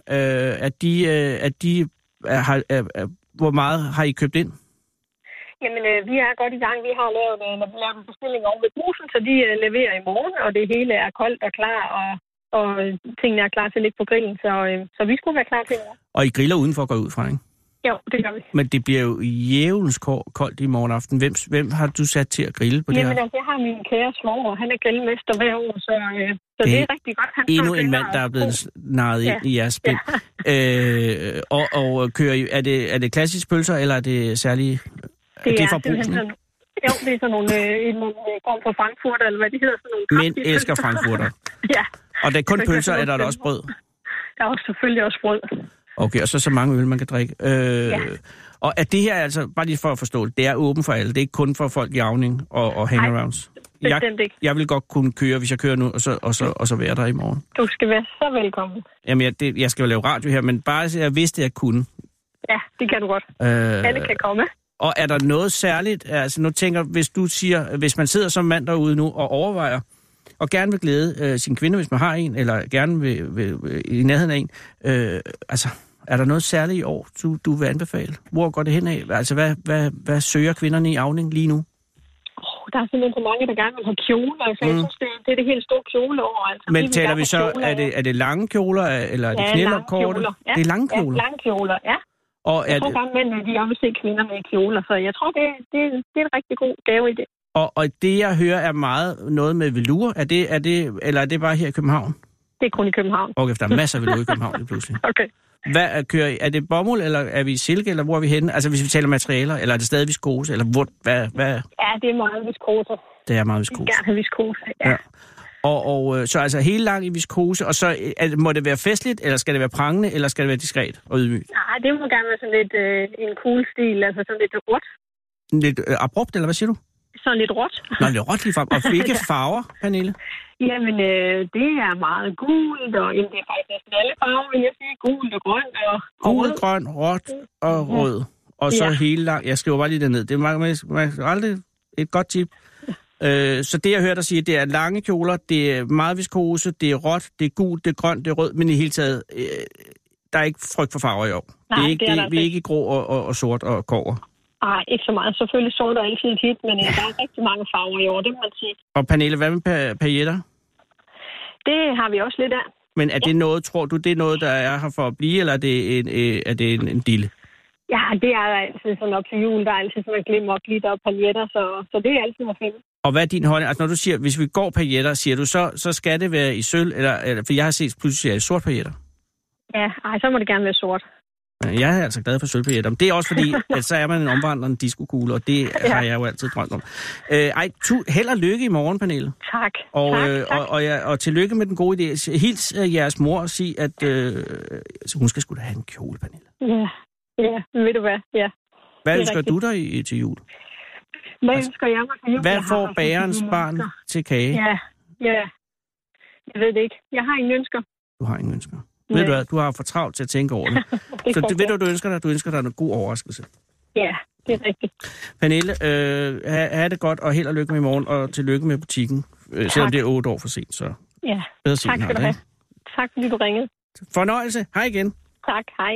Speaker 3: hvor meget har I købt ind?
Speaker 5: Jamen, vi er godt i gang. Vi har lavet en bestilling over ved Brugsen, så de leverer i morgen, og det hele er koldt og klar, og tingene er klar til at ligge på grillen, så vi skulle være klar til i morgen.
Speaker 3: Og I griller udenfor at gå ud fra, ikke?
Speaker 5: Jo, det gør vi.
Speaker 3: Men det bliver jo jævnens koldt i morgen aften. Hvem har du sat til at grille på det her?
Speaker 5: Jamen, jeg har min kære svoger. Han er grillmester hver år, så det er rigtig godt. Han
Speaker 3: endnu en mand, der er blevet narret ind i jeres spil. Ja. Og kører I, er det klassisk pølser, eller er det særlige?
Speaker 5: Det er fra Brugsen? Jo, det er sådan nogle form for frankfurter, eller hvad de hedder. Sådan nogle
Speaker 3: mænd elsker frankfurter.
Speaker 5: Ja.
Speaker 3: Og det er kun pølser, eller er der også brød?
Speaker 5: Der er også selvfølgelig også brød.
Speaker 3: Okay, og så mange øl, man kan drikke. Og er det her altså, bare lige for at forstå det, er åben for alle. Det er ikke kun for folk i Avning og hangarounds. Jeg vil godt kunne køre, hvis jeg kører nu, og så være der i morgen.
Speaker 5: Du skal være så velkommen.
Speaker 3: Jamen, jeg skal jo lave radio her, men bare jeg vidste, at jeg kunne.
Speaker 5: Ja, det kan du godt. Alle kan komme.
Speaker 3: Og er der noget særligt, altså nu tænker, hvis man sidder som mand derude nu og overvejer, og gerne vil glæde sin kvinde, hvis man har en, eller gerne vil i nærheden af en, altså, er der noget særligt i år, du vil anbefale? Hvor går det hen af? Altså, hvad søger kvinderne i Avning lige nu?
Speaker 5: Der er simpelthen så mange, der gerne vil have kjoler. Altså, jeg synes, det er det helt store kjoleår. Altså,
Speaker 3: men taler vi så, er det lange kjoler, eller er det knælderkorte?
Speaker 5: Ja,
Speaker 3: det er lange kjoler?
Speaker 5: Ja, lange kjoler, ja. Og jeg tror bare, mændene, de vil se kvinder med kjoler, så jeg tror, det er en rigtig god gave i det.
Speaker 3: Og det, jeg hører, er meget noget med velour. Eller er det bare her i København?
Speaker 5: Det er kun i København.
Speaker 3: Okay, for der er masser af velour i København lige pludselig.
Speaker 5: Okay.
Speaker 3: Hvad kører I? Er det bomuld, eller er vi silke, eller hvor er vi henne? Altså, hvis vi taler materialer, eller er det stadig viskose, eller hvad?
Speaker 5: Ja, det er meget viskose.
Speaker 3: Det er meget viskose.
Speaker 5: Vi gerne have viskose, ja.
Speaker 3: Og så altså hele lang i viskose, og så må det være festligt, eller skal det være prangende, eller skal det være diskret og ydmygt?
Speaker 5: Nej, det må gerne være sådan lidt en cool stil, altså sådan lidt råt.
Speaker 3: Lidt abrupt, eller hvad siger du?
Speaker 5: Sådan lidt råt.
Speaker 3: Nå, lidt råt lige frem. Og hvilke farver, Pernille?
Speaker 5: Jamen, det er meget gult, og det er faktisk næsten alle farver, vil jeg sige. Gult og grønt og
Speaker 3: gul, grøn, råt og rød. Og så hele lang. Jeg skriver bare lige det ned. Det er aldrig et godt tip. Så det, jeg hørte dig sige, det er lange kjoler, det er meget viskose, det er råt, det er gult, det er grønt, det er rød, men i hele taget, der er ikke frygt for farver i år.
Speaker 5: Nej,
Speaker 3: vi er ikke grå og sort og kobber.
Speaker 5: Nej, ikke så meget. Selvfølgelig sort er altid tit, men der er rigtig mange farver i år, det må man sige.
Speaker 3: Og Pernille, hvad med pailletter?
Speaker 5: Det har vi også lidt af.
Speaker 3: Men er det noget, tror du, det er noget, der er her for at blive, eller er det en dille?
Speaker 5: Ja, det er altid sådan op til jul. Der er altid sådan en glimmer og glitter og paljetter, så det er altid at finde.
Speaker 3: Og hvad er din holdning? Altså når du siger, hvis vi går paljetter, siger du så skal det være i sølv, eller for jeg har set pludselig i sort paljetter.
Speaker 5: Ja, så må det gerne være sort.
Speaker 3: Jeg er altså glad for sølvpailletter. Det er også fordi, at så er man en omvandrende diskokugle, og det har jeg jo altid drømt om. Held og lykke i morgen, Pernille.
Speaker 5: Tak.
Speaker 3: Og tillykke med den gode idé. Hils jeres mor og sig, at hun skal sgu da have en kjole, Pernille.
Speaker 5: Ja, ved du hvad? Ja.
Speaker 3: Hvad ønsker du dig til jul?
Speaker 5: Hvad ønsker jeg mig til jul?
Speaker 3: Hvad får bagerens barn til kage?
Speaker 5: Ja. Jeg ved det ikke. Jeg har ingen ønsker.
Speaker 3: Du har ingen ønsker. Ved du hvad, du har for travlt til at tænke over det. Så ved du, hvad du ønsker dig? Du ønsker dig en god overraskelse.
Speaker 5: Ja, det er rigtigt.
Speaker 3: Pernille, have det godt, og held og lykke med i morgen, og tillykke med butikken. Selvom det er 8 år for sent, så bedre sent.
Speaker 5: Tak skal du have. Tak fordi du ringede.
Speaker 3: Fornøjelse. Hej igen.
Speaker 5: Tak, hej.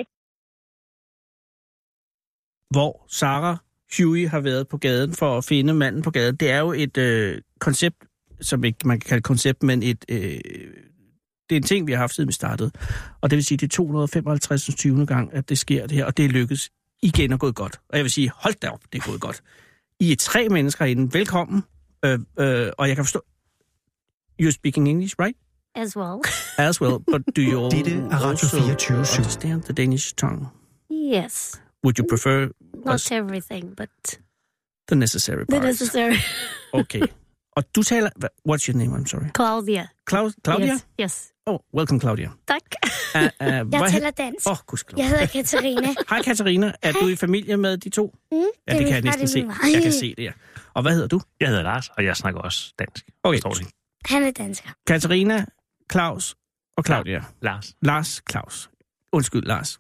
Speaker 3: Hvor Sarah Huey har været på gaden for at finde manden på gaden. Det er jo et koncept, som ikke man kan kalde koncept, men det er en ting, vi har haft siden vi startede. Og det vil sige, det er 255. 20. gang, at det sker det her, og det er lykkedes igen og gået godt. Og jeg vil sige, hold da op, det er gået godt. I er 3 mennesker herinde. Velkommen. Og jeg kan forstå... You're speaking English, right?
Speaker 6: As well.
Speaker 3: As well, but do you
Speaker 7: also
Speaker 3: understand the Danish tongue?
Speaker 6: Yes.
Speaker 3: Would you prefer...
Speaker 6: Not everything, but...
Speaker 3: The necessary parts.
Speaker 6: The necessary.
Speaker 3: Okay. Og du taler... What's your name? I'm sorry.
Speaker 6: Claudia.
Speaker 3: Claudia?
Speaker 6: Yes.
Speaker 3: Oh, welcome, Claudia.
Speaker 6: Tak.
Speaker 8: Jeg taler dansk. Jeg hedder Katarina.
Speaker 3: Hej, Katarina. Er du i familie med de to? Ja, det kan jeg næsten se. Jeg kan se det, ja. Og hvad hedder du?
Speaker 9: Jeg hedder Lars, og jeg snakker også dansk.
Speaker 3: Okay.
Speaker 8: Han er dansker.
Speaker 3: Katarina, Claus og Claudia.
Speaker 9: Lars,
Speaker 3: Claus. Undskyld, Lars.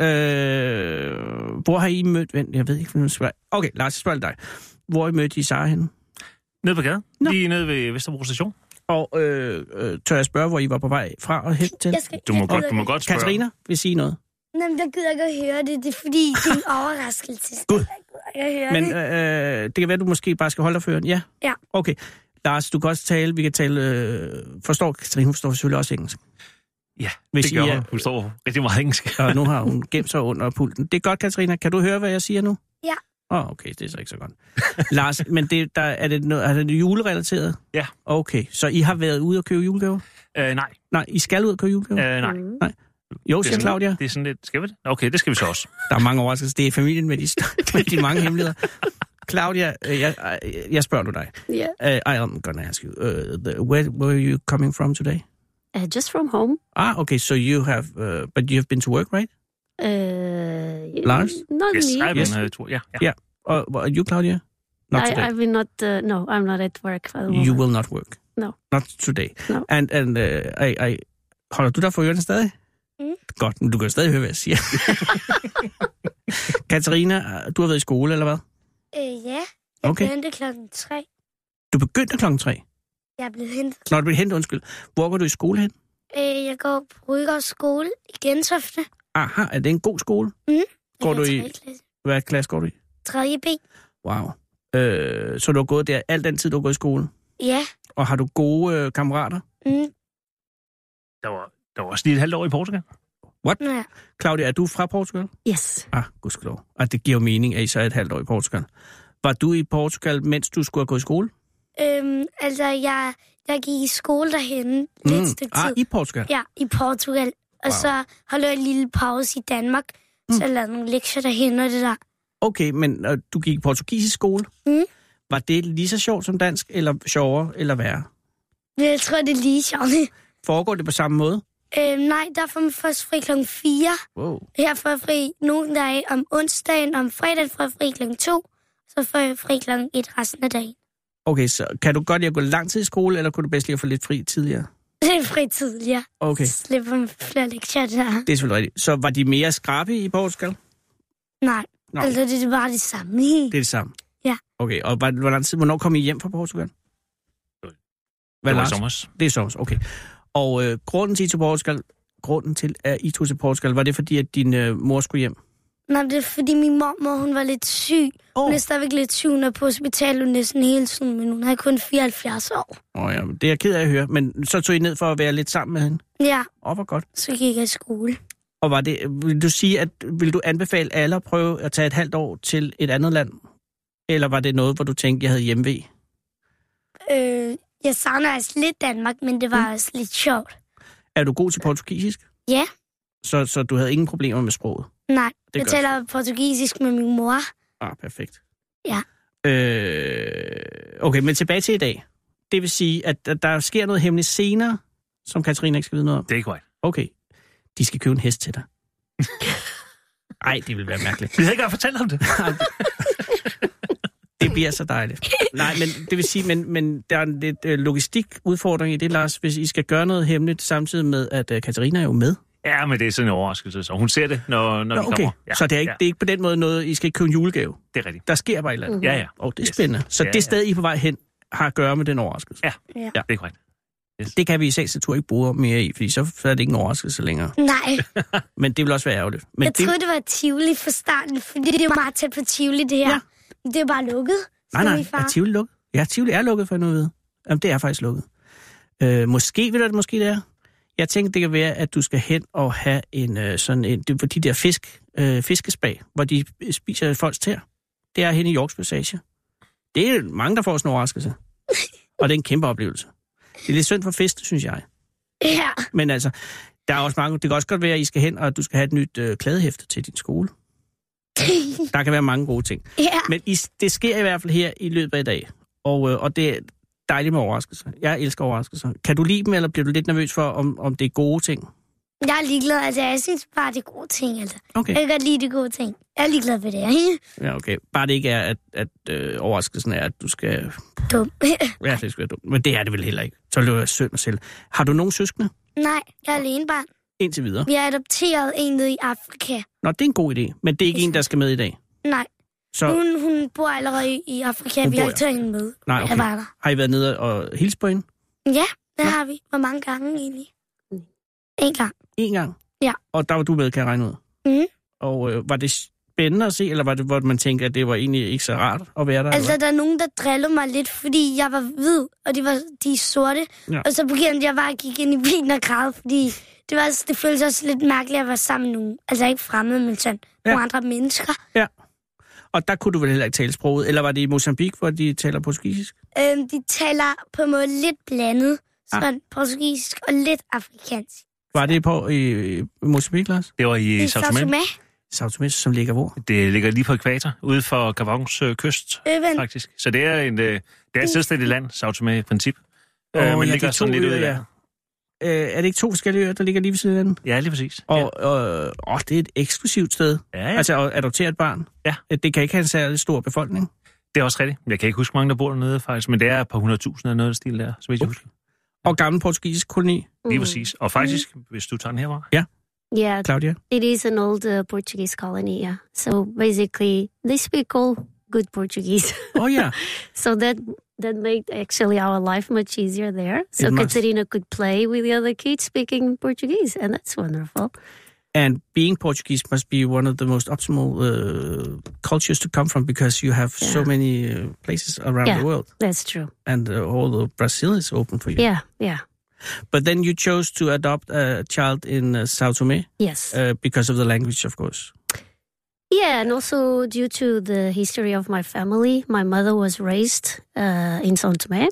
Speaker 3: Hvor har I mødt... Jeg ved ikke, okay, Lars, jeg spørger dig. Hvor har I mødt I Sarah henne?
Speaker 9: Nede på gaden. Lige nede ved Vesterbro Station.
Speaker 3: Og tør jeg spørge, hvor I var på vej fra og hen til?
Speaker 9: Du må godt spørge.
Speaker 3: Katarina vil sige noget.
Speaker 8: Nej, men jeg gider ikke at høre det. Det er fordi, det er en overraskelse.
Speaker 3: Gud.
Speaker 8: Men
Speaker 3: det kan være, at du måske bare skal holde dig føren. Ja?
Speaker 8: Ja.
Speaker 3: Okay. Lars, du kan også tale. Vi kan tale... Katarina forstår selvfølgelig også engelsk.
Speaker 9: Ja, det gør hun. Hun forstår rigtig meget engelsk.
Speaker 3: Og nu har hun gemt sig under pulten. Det er godt, Katarina. Kan du høre, hvad jeg siger nu?
Speaker 8: Ja.
Speaker 3: Okay, det er så ikke så godt. Lars, men er det julerelateret?
Speaker 9: Ja.
Speaker 3: Okay, så I har været ude og købe julegaver?
Speaker 9: Nej.
Speaker 3: Nej, I skal ud og købe julegaver?
Speaker 9: Nej.
Speaker 3: Jo, siger Claudia.
Speaker 9: Det er sådan lidt... Skal vi det? Okay, det skal vi så også.
Speaker 3: Der er mange overraskelser. Det er familien med de mange hemmeligheder. Claudia, jeg spørger nu dig.
Speaker 6: Yeah.
Speaker 3: I'm gonna ask you, where are you coming from today?
Speaker 6: Just from home.
Speaker 3: Okay, so you have, but you have been to work, right? Lars?
Speaker 6: Not
Speaker 9: yes,
Speaker 6: me.
Speaker 9: I've been to work, yeah.
Speaker 3: Yeah. Are you, Claudia? Not today.
Speaker 6: I will not, no, I'm not at work.
Speaker 3: You will not work?
Speaker 6: No.
Speaker 3: Not today?
Speaker 6: No.
Speaker 3: And holder du dig for ørerne stadig? Godt, men du kan jo stadig høre, hvad jeg siger. Katarina, du har været i skole, eller hvad?
Speaker 8: Ja, jeg begyndte 3:00.
Speaker 3: Du begyndte 3:00?
Speaker 8: Jeg er blevet hentet.
Speaker 3: Når du blev hentet, undskyld. Hvor går du i skole hen?
Speaker 8: Jeg går på Rygårds skole i Gentofte.
Speaker 3: Aha, er det en god skole? Går du i... Hvad klasse går du i?
Speaker 8: 3. B.
Speaker 3: Wow. Så du har gået der al den tid, du har gået i skole?
Speaker 8: Ja.
Speaker 3: Og har du gode kammerater?
Speaker 9: Der var også lige et halvt år i Portugal.
Speaker 3: What?
Speaker 8: Ja.
Speaker 3: Claudia, er du fra Portugal?
Speaker 6: Yes.
Speaker 3: Gudskelov. Og det giver jo mening, at I så er et halvt år i Portugal. Var du i Portugal, mens du skulle have gået i skole?
Speaker 8: Altså, jeg gik i skole derhenne lidt stykke tid.
Speaker 3: I Portugal?
Speaker 8: Ja, i Portugal. Og så holdt jeg en lille pause i Danmark, så lavede nogle lektier derhenne og det der.
Speaker 3: Okay, men du gik i portugisisk skole? Var det lige så sjovt som dansk, eller sjovere, eller værre?
Speaker 8: Jeg tror, det er lige sjovt.
Speaker 3: Foregår det på samme måde?
Speaker 8: Nej, der får man først fri 4:00.
Speaker 3: Wow.
Speaker 8: Her får jeg fri nogle dage om onsdagen, om fredagen får jeg fri 2:00. Så får jeg fri 1:00 resten af dagen.
Speaker 3: Okay, så kan du godt lide at gå lang tid i skole, eller kunne du bedst lige at få lidt fri tidligere?
Speaker 8: Det er fri tidligere.
Speaker 3: Okay.
Speaker 8: Så slipper man flere lektier der.
Speaker 3: Det er selvfølgelig rigtigt. Så var de mere skrappe i Portugal?
Speaker 8: Nej, altså det er bare det samme.
Speaker 3: Det er det samme?
Speaker 8: Ja.
Speaker 3: Okay, og hvor lang tid, hvornår kom I hjem fra Portugal?
Speaker 9: Det var i sommer.
Speaker 3: Det er sommer, okay. Og grunden til, at I tog til Portugal, var det fordi, at din mor skulle hjem?
Speaker 8: Nej, det er fordi min mormor, hun var lidt syg. Hun er stadigvæk lidt syg, hun er på hospitalet næsten hele tiden, men hun er kun 74 år.
Speaker 3: Ja, det er jeg ked af at høre, men så tog I ned for at være lidt sammen med hende?
Speaker 8: Ja.
Speaker 3: Hvor godt.
Speaker 8: Så gik jeg i skole.
Speaker 3: Og vil du anbefale alle at prøve at tage et halvt år til et andet land? Eller var det noget, hvor du tænkte, jeg havde hjemve?
Speaker 8: Jeg savner altså lidt Danmark, men det var også lidt sjovt.
Speaker 3: Er du god til portugisisk?
Speaker 8: Ja.
Speaker 3: Så du havde ingen problemer med sproget?
Speaker 8: Nej, jeg taler portugisisk med min mor.
Speaker 3: Perfekt.
Speaker 8: Ja.
Speaker 3: Okay, men tilbage til i dag. Det vil sige, at der sker noget hemmeligt senere, som Katarina ikke skal vide noget om?
Speaker 9: Det er korrekt.
Speaker 3: Okay. De skal købe en hest til dig. Ej, det vil være mærkeligt.
Speaker 9: Vi havde ikke engang fortalt om det.
Speaker 3: Det bliver så dejligt. Nej, men det vil sige, men der er en lidt logistikudfordring i det, Lars, hvis I skal gøre noget hemmeligt, samtidig med, at Katarina er jo med.
Speaker 9: Ja, men det er sådan en overraskelse, så hun ser det, når vi kommer. Ja,
Speaker 3: så det er ikke på den måde noget, I skal købe en julegave?
Speaker 9: Det er rigtigt.
Speaker 3: Der sker bare et eller andet?
Speaker 9: Ja.
Speaker 3: Det er spændende. Så det sted, I er på vej hen, har at gøre med den overraskelse?
Speaker 9: Ja. Det er korrekt.
Speaker 3: Yes. Det kan vi i sagens natur ikke bruge mere i, fordi så er det ikke en overraskelse længere.
Speaker 8: Nej.
Speaker 3: Men det vil også være ærgerligt. Men
Speaker 8: jeg troede, det var Tivoli fra starten, fordi det er jo meget tæt på Tivoli, det her. Ja. Det er bare lukket.
Speaker 3: Nej, er Tivoli lukket? Ja, Tivoli er lukket, for jeg nu ved. Jamen, det er faktisk lukket. Måske vil det er. Jeg tænker, det kan være, at du skal hen og have de der fiskespag, hvor de spiser folks tær. Det er hen i Yorks Passage. Det er mange, der får sådan en overraskelse. Og det er en kæmpe oplevelse. Det er lidt synd for fisk, synes jeg.
Speaker 8: Ja.
Speaker 3: Men altså, der er også mange. Det kan også godt være, at I skal hen, og du skal have et nyt kladehæfte til din skole. Der kan være mange gode ting.
Speaker 8: Ja.
Speaker 3: Men det sker i hvert fald her i løbet af i dag. Og det er dejligt med overraskelser. Jeg elsker overraskelser. Kan du lide dem, eller bliver du lidt nervøs for, om det er gode ting?
Speaker 8: Jeg er ligeglad. Altså, jeg synes bare, det er gode ting. Altså.
Speaker 3: Okay.
Speaker 8: Jeg kan godt lide de gode ting. Jeg er ligeglad ved det.
Speaker 3: Ja, okay. Bare det ikke er, at overraskelsen er, at du skal...
Speaker 8: Dum.
Speaker 3: Ja, det skal være dumt. Men det er det vel heller ikke. Så løber jeg synd mig selv. Har du nogen søskende?
Speaker 8: Nej, jeg er alene barn.
Speaker 3: Indtil videre.
Speaker 8: Vi har adopteret en nede i Afrika.
Speaker 3: Nå, det er en god idé. Men det er ikke en, der skal med i dag?
Speaker 8: Nej.
Speaker 3: Så...
Speaker 8: Hun bor allerede i Afrika. Vi har ikke taget hende med.
Speaker 3: Nej, okay. Har I været nede og hilse på hende?
Speaker 8: Ja, det har vi. Hvor mange gange egentlig? En gang.
Speaker 3: En gang?
Speaker 8: Ja. Og
Speaker 3: der var du med, kan jeg regne ud?
Speaker 8: Mhm.
Speaker 3: Og var det spændende at se, eller var det, hvor man tænker, at det var egentlig ikke så rart at være der?
Speaker 8: Altså, der er nogen, der drillede mig lidt, fordi jeg var hvid, og de er sorte. Ja. Og så begyndte jeg bare at kigge ind i bilen og græde, fordi det føltes også lidt mærkeligt at være sammen med nogen. Altså ikke fremmede, men sådan nogle andre mennesker.
Speaker 3: Ja. Og der kunne du vel heller ikke tale sproget? Eller var det i Mozambique, hvor de taler portugisisk?
Speaker 8: De taler på en måde lidt blandet. Sådan portugisisk og lidt afrikansk.
Speaker 3: Var det på i Mozambique, Lars?
Speaker 9: Det var i São Tomé.
Speaker 3: São Tomé, som ligger hvor?
Speaker 9: Det ligger lige på ekvator, ude for Gabons kyst, faktisk. Så det er et selvstændigt land, São Tomé i princip. Men ligger sådan lidt ude der.
Speaker 3: Er det ikke 2 forskellige øer, der ligger lige ved siden af den?
Speaker 9: Ja, lige præcis.
Speaker 3: Og det er et eksklusivt sted.
Speaker 9: Ja. Altså
Speaker 3: at adoptere et barn.
Speaker 9: Ja.
Speaker 3: Det kan ikke have en særlig stor befolkning.
Speaker 9: Det er også rigtigt. Jeg kan ikke huske, hvor mange der bor dernede faktisk, men det er et par 100.000 eller noget af stil der, så vidt jeg husker.
Speaker 3: Og gammel portugisisk koloni.
Speaker 9: Lige præcis. Og faktisk, hvis du tager den herfra.
Speaker 3: Ja.
Speaker 6: Yeah,
Speaker 3: Claudia?
Speaker 6: It is an old Portuguese colony, yeah. So basically, they speak all good Portuguese.
Speaker 3: Oh, yeah.
Speaker 6: So that made actually our life much easier there. So Katarina could play with the other kids speaking Portuguese, and that's wonderful.
Speaker 3: And being Portuguese must be one of the most optimal cultures to come from, because you have so many places around the world.
Speaker 6: That's true.
Speaker 3: And all of Brazil is open for you.
Speaker 6: Yeah.
Speaker 3: But then you chose to adopt a child in São Tomé?
Speaker 6: Yes.
Speaker 3: Because of the language, of course.
Speaker 6: Yeah, and also due to the history of my family. My mother was raised in São Tomé.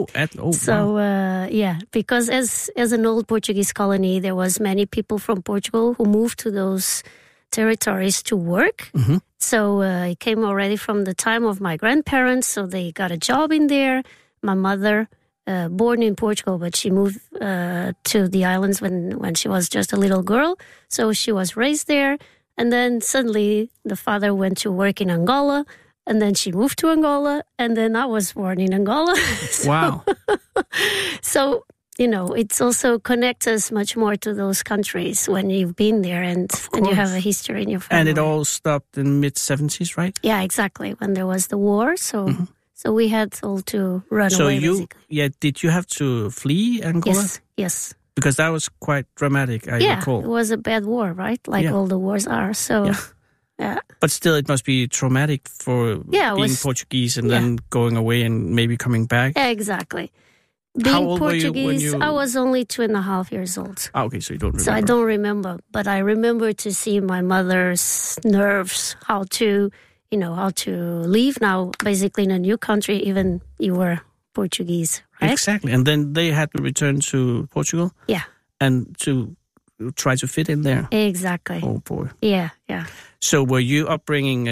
Speaker 6: Because as an old Portuguese colony, there was many people from Portugal who moved to those territories to work. Mm-hmm. So it came already from the time of my grandparents, so they got a job in there. My mother, born in Portugal, but she moved to the islands when she was just a little girl, so she was raised there. And then suddenly the father went to work in Angola, and then she moved to Angola, and then I was born in Angola.
Speaker 3: Wow.
Speaker 6: So, it's also connects us much more to those countries when you've been there and you have a history in your family.
Speaker 3: And it all stopped in mid-70s, right?
Speaker 6: Yeah, exactly, when there was the war, so we had all to run away, basically.
Speaker 3: Did you have to flee Angola?
Speaker 6: Yes.
Speaker 3: Because that was quite dramatic, I recall.
Speaker 6: It was a bad war, right? Like all the wars are, so... Yeah.
Speaker 3: But still, it must be traumatic for being Portuguese and then going away and maybe coming back.
Speaker 6: Yeah, exactly.
Speaker 3: How old
Speaker 6: Portuguese,
Speaker 3: were you when you...
Speaker 6: I was only 2.5 years old.
Speaker 3: Okay, so you don't remember.
Speaker 6: So I don't remember, but I remember to see my mother's nerves, how to live now, basically in a new country, even you were Portuguese, right?
Speaker 3: Exactly. And then they had to return to Portugal?
Speaker 6: Yeah.
Speaker 3: And to try to fit in there?
Speaker 6: Exactly.
Speaker 3: Oh, boy.
Speaker 6: Yeah.
Speaker 3: So were you upbringing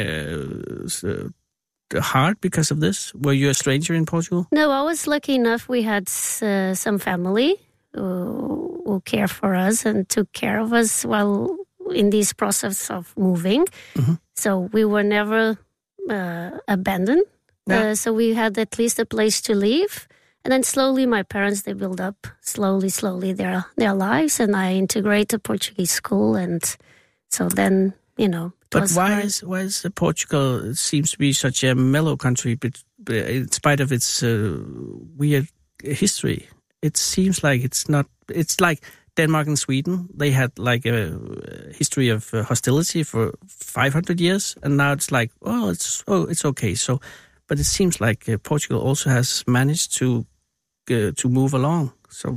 Speaker 3: hard because of this? Were you a stranger in Portugal?
Speaker 6: No, I was lucky enough. We had some family who cared for us and took care of us while in this process of moving. Mm-hmm. So we were never abandoned. Yeah. So we had at least a place to live. And then slowly my parents, they built up slowly their lives. And I integrated Portuguese school. And so then,
Speaker 3: But why is Portugal, it seems to be such a mellow country, but in spite of its weird history, it seems like it's like Denmark and Sweden. They had like a history of hostility for 500 years, and now it's like, it's okay. So, but it seems like Portugal also has managed to move along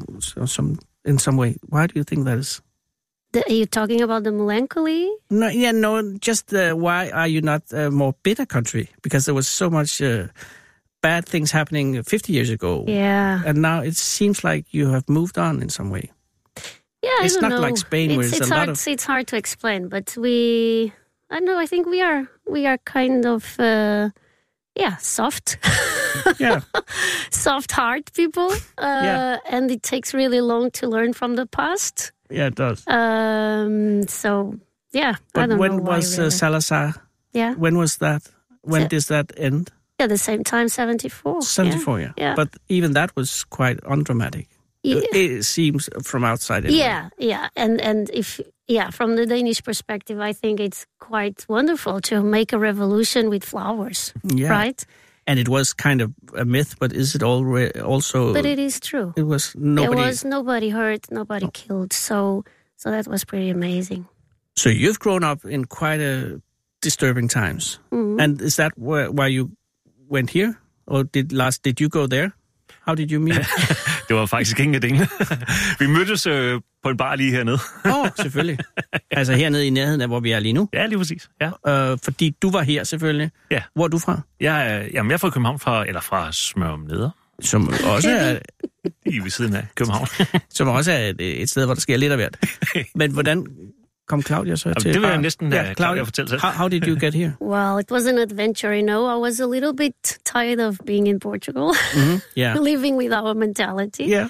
Speaker 3: in some way. Why do you think that is?
Speaker 6: Are you talking about the melancholy?
Speaker 3: No, just why are you not a more bitter country? Because there was so much bad things happening 50 years ago.
Speaker 6: Yeah.
Speaker 3: And now it seems like you have moved on in some way.
Speaker 6: Yeah,
Speaker 3: it's
Speaker 6: I don't
Speaker 3: not
Speaker 6: know.
Speaker 3: Like Spain, where
Speaker 6: it's hard to explain, but I don't know, I think we are kind of, soft.
Speaker 3: Yeah.
Speaker 6: Soft-heart people. And it takes really long to learn from the past.
Speaker 3: Yeah, it does.
Speaker 6: So, yeah,
Speaker 3: but
Speaker 6: I don't know
Speaker 3: when was Salazar?
Speaker 6: Yeah.
Speaker 3: When was that? When did that end?
Speaker 6: Yeah, the same time, 74.
Speaker 3: 74, yeah. But even that was quite undramatic. Yeah. It seems from outside. Anyway.
Speaker 6: Yeah. And if from the Danish perspective, I think it's quite wonderful to make a revolution with flowers, right?
Speaker 3: And it was kind of a myth, but is it also...
Speaker 6: But it is true.
Speaker 3: It was nobody...
Speaker 6: There was nobody hurt, nobody killed, so that was pretty amazing.
Speaker 3: So you've grown up in quite a disturbing times. Mm-hmm. And is that why you went here? Or did you go there? How did you meet?
Speaker 9: Det var faktisk ingen af delene. Vi mødtes på en bar lige hernede.
Speaker 3: Selvfølgelig. Altså hernede i nærheden af, hvor vi er lige nu?
Speaker 9: Ja, lige præcis. Ja.
Speaker 3: Fordi du var her selvfølgelig.
Speaker 9: Ja.
Speaker 3: Hvor er du fra?
Speaker 9: Jeg er fra København, fra Smørum Neder.
Speaker 3: Som også er...
Speaker 9: I ved siden af København.
Speaker 3: Som også er et sted, hvor der sker lidt af hvert. Men hvordan... Kom Claudia så til?
Speaker 9: Det vil jeg næsten Claudia fortælle selv.
Speaker 3: How did you get here?
Speaker 6: Well, it was an adventure, I was a little bit tired of being in Portugal, living with our mentality.
Speaker 3: Yeah.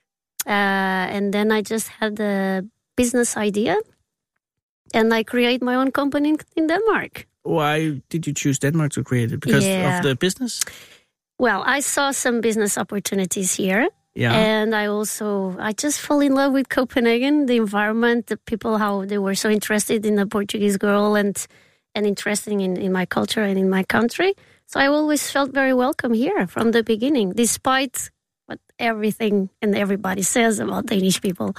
Speaker 6: And then I just had a business idea, and I created my own company in Denmark.
Speaker 3: Why did you choose Denmark to create it? Because of the business?
Speaker 6: Well, I saw some business opportunities here.
Speaker 3: Yeah.
Speaker 6: And I just fell in love with Copenhagen, the environment, the people, how they were so interested in the Portuguese girl and interested in my culture and in my country. So I always felt very welcome here from the beginning, despite what everything and everybody says about Danish people.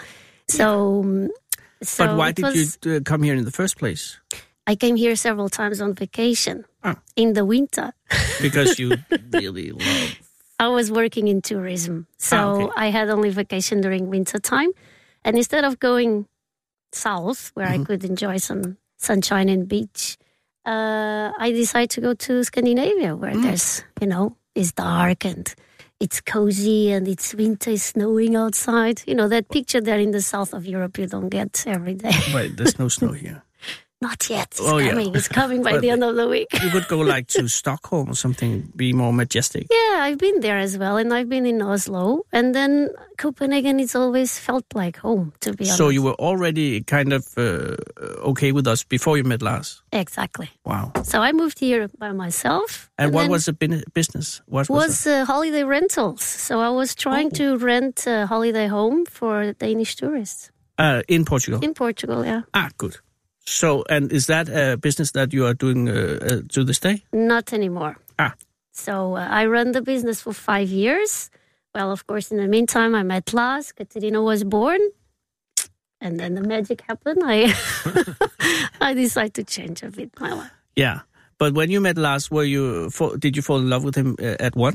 Speaker 3: But why did you come here in the first place?
Speaker 6: I came here several times on vacation in the winter.
Speaker 3: Because you really love...
Speaker 6: I was working in tourism, so I had only vacation during winter time. And instead of going south, where I could enjoy some sunshine and beach, I decided to go to Scandinavia, where there's, it's dark and it's cozy and it's winter, it's snowing outside. That picture there in the south of Europe you don't get every day.
Speaker 3: Right, there's no snow here.
Speaker 6: Not yet. It's coming. It's coming by the end of the week.
Speaker 3: You could go to Stockholm or something, be more majestic.
Speaker 6: Yeah, I've been there as well. And I've been in Oslo. And then Copenhagen, it's always felt like home, to be honest.
Speaker 3: So you were already kind of okay with us before you met Lars?
Speaker 6: Exactly.
Speaker 3: Wow.
Speaker 6: So I moved here by myself.
Speaker 3: And what was the business? What
Speaker 6: was holiday rentals. So I was trying to rent a holiday home for Danish tourists.
Speaker 3: In Portugal?
Speaker 6: In Portugal, yeah.
Speaker 3: Good. So, and is that a business that you are doing to this day?
Speaker 6: Not anymore. So I ran the business for 5 years. Well, of course, in the meantime, I met Lars. Katerina was born. And then the magic happened. I decided to change a bit my life.
Speaker 3: Yeah. But when you met Lars, did you fall in love with him at once?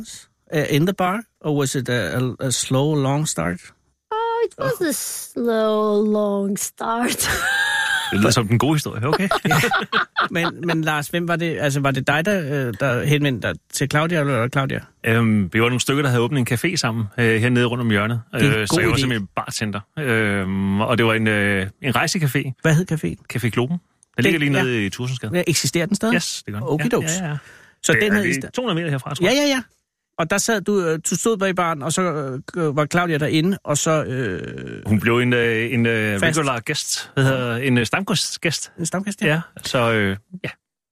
Speaker 3: in the bar? Or was it a slow, long start?
Speaker 6: Oh, it was a slow, long start.
Speaker 9: Det lyder som den gode historie, okay?
Speaker 3: men Lars, hvem var det? Altså, var det dig, der henvendte dig til Claudia, eller var det Claudia?
Speaker 9: Vi var nogle stykker, der havde åbnet en café sammen hernede rundt om hjørnet. Så jeg var simpelthen bartender. Og det var en rejsecafé.
Speaker 3: Hvad hed caféen?
Speaker 9: Café Globen. Den ligger lige nede i Tursensgade.
Speaker 3: Ja, eksisterer den stadig?
Speaker 9: Yes, det gør den.
Speaker 3: Okidoks.
Speaker 9: Ja.
Speaker 3: Så
Speaker 9: det
Speaker 3: den
Speaker 9: er 200 meter herfra, tror
Speaker 3: jeg. Ja. Og der sad du stod bag i baren, og så var Claudia derinde, og så...
Speaker 9: Hun blev en regular gæst, en stamgæst.
Speaker 3: En stamgæst, ja.
Speaker 9: Ja, så ja.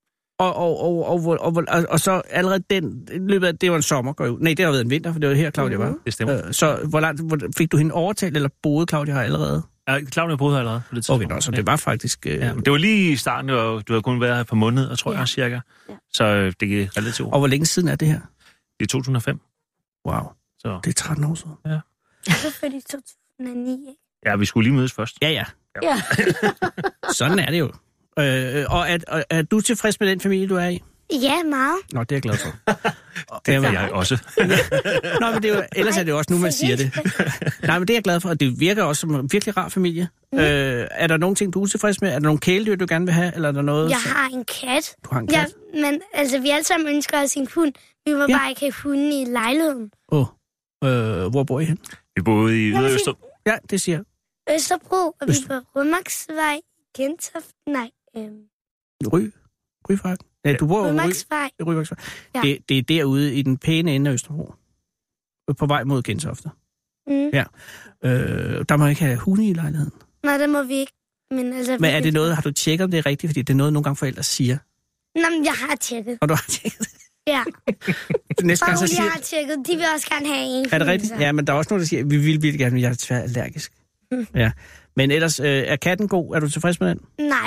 Speaker 3: Og så allerede den løbet af, det var en sommer, går ud. Nej, det har været en vinter, for det var her, Claudia var.
Speaker 9: Det stemmer.
Speaker 3: Så hvor langt fik du hende overtalt, eller boede Claudia her allerede?
Speaker 9: Ja, Claudia boede her allerede.
Speaker 3: Okay, så det var faktisk...
Speaker 9: det var lige i starten, og du havde kun været her et par måneder, tror jeg, cirka. Ja. Så det gik relativt.
Speaker 3: Og hvor længe siden er det her?
Speaker 9: Det er 2005.
Speaker 3: Wow, så. Det er 13 år siden.
Speaker 9: Ja.
Speaker 8: Jeg var født i 2009, ikke?
Speaker 9: Ja, vi skulle lige mødes først.
Speaker 3: Ja. Sådan er det jo. Og er du tilfreds med den familie, du er i?
Speaker 8: Ja, meget.
Speaker 3: Nå, det er jeg glad for.
Speaker 9: Det er jeg også.
Speaker 3: Nå, men det er jo, ellers er det jo også nu, man siger det. Nej, men det er jeg glad for, og det virker også som en virkelig rar familie. Er der nogle ting, du er utilfreds med? Er der nogle kæledyr, du gerne vil have? Eller er der noget?
Speaker 8: Jeg har en kat.
Speaker 3: Du har en kat?
Speaker 8: Ja, men altså, vi alle sammen ønsker os en hund. Vi må bare ikke have hunden i lejligheden.
Speaker 3: Hvor bor I hen?
Speaker 9: Vi boede i Østerbro.
Speaker 3: Ja, det siger jeg.
Speaker 8: Østerbro, og vi på Rødmarksvej, Gentofte,
Speaker 3: Ryfart? Ja, du bor
Speaker 8: Rødmarksvej.
Speaker 3: Ja. Det er derude i den pæne ende af Østerbro. På vej mod Gentofte. Ja. Der må ikke have hunde i lejligheden.
Speaker 8: Nej, det må vi ikke. Men
Speaker 3: er det noget, har du tjekket, om det er rigtigt? Fordi det er noget, nogle gange forældre siger.
Speaker 8: Nå, men jeg har tjekket.
Speaker 3: Og du har tjekket?
Speaker 8: Ja.
Speaker 3: Næste gang, så siger...
Speaker 8: jeg har tjekket. De vil også gerne have en.
Speaker 3: Er det rigtigt? Ja, men der er også nogen, der siger, at vi vil virkelig gerne, men jeg er desværre allergisk. Ja. Men ellers, er katten god? Er du tilfreds med den?
Speaker 8: Nej.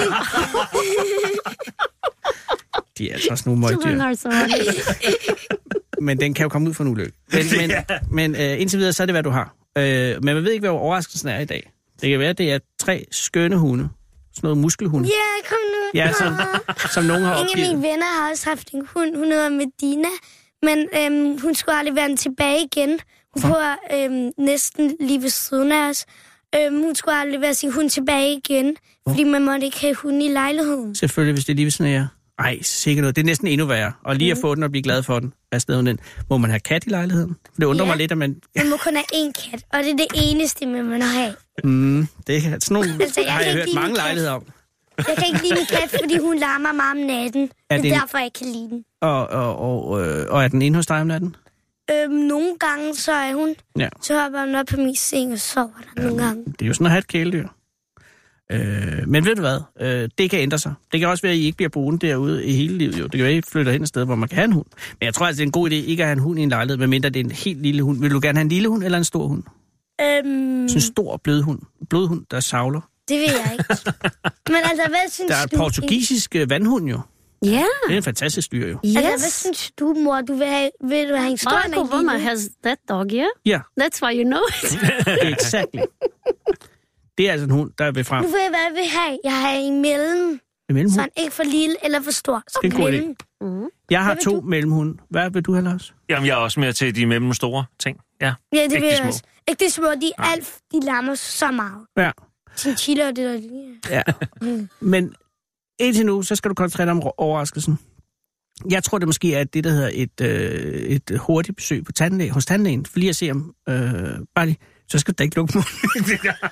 Speaker 3: De er altså også nogle møgdyr. Men den kan jo komme ud for en ulykke. Men indtil videre, så er det, hvad du har. Men man ved ikke, hvad overraskelsen er i dag. Det kan være, at det er 3 skønne hunde. Sådan noget muskelhunde.
Speaker 8: Ja, kom nu.
Speaker 3: Ja, som nogen har opgivet.
Speaker 8: Ingen af mine venner har også haft en hund. Hun hedder Medina. Men hun skulle aldrig være tilbage igen. Hun bor næsten lige ved siden af os. Hun skulle aldrig være sin hund tilbage igen. Fordi man måtte ikke have hunden i lejligheden.
Speaker 3: Selvfølgelig, hvis det er lige ved sådan her. Ej, sikkert noget. Det er næsten endnu værre. Og lige at få den og blive glad for den. Den. Må man have kat i lejligheden? Det undrer mig lidt, at man...
Speaker 8: Man må kun have én kat, og det er det eneste, man må have.
Speaker 3: Det er sådan nogle... har jeg hørt mange lejligheder om.
Speaker 8: Jeg kan ikke lide min kat, fordi hun larmer meget om natten. Det er derfor, jeg ikke kan lide den.
Speaker 3: Og er den inde hos dig om natten?
Speaker 8: Nogle gange, så er hun. Ja. Så hopper hun op på min seng og sover der nogle gange.
Speaker 3: Det er jo sådan at have et kæledyr. Men ved du hvad? Det kan ændre sig. Det kan også være, at I ikke bliver boende derude i hele livet. Jo. Det kan være, at I flytter hen et sted, hvor man kan have en hund. Men jeg tror altså, det er en god idé ikke at have en hund i en lejlighed, medmindre det er en helt lille hund. Vil du gerne have en lille hund eller en stor hund? Sådan en stor blødhund, der savler.
Speaker 8: Det ved jeg ikke. Men altså, hvad synes du?
Speaker 3: Der er et portugisisk vandhund jo.
Speaker 6: Ja. Yeah.
Speaker 3: Det er en fantastisk dyr jo.
Speaker 8: Yes. Altså, hvad synes du, mor? Du vil have en stor
Speaker 6: Barack Obama has that dog, yeah?
Speaker 3: Yeah.
Speaker 6: That's why you know it.
Speaker 3: Exactly. Det er altså en hund, der vil frem.
Speaker 8: Nu ved jeg, hvad jeg vil have. Jeg har en mellem. Så han ikke for lille eller for stor. Så
Speaker 3: det er en god idé. Jeg har 2 mellemhunde. Hvad vil du have, Lars?
Speaker 9: Jamen, jeg er også mere til de mellemstore ting. Ja,
Speaker 8: det vil jeg også. Ikke de små, de larmer så meget.
Speaker 3: Ja.
Speaker 8: Chinchilla og det der lige.
Speaker 3: Ja. Men indtil nu, så skal du koncentrere dig om overraskelsen. Jeg tror, det måske er det, der hedder et hurtigt besøg hos tandlægen. For lige at se om... bare lige, så skal du da ikke lukke munden.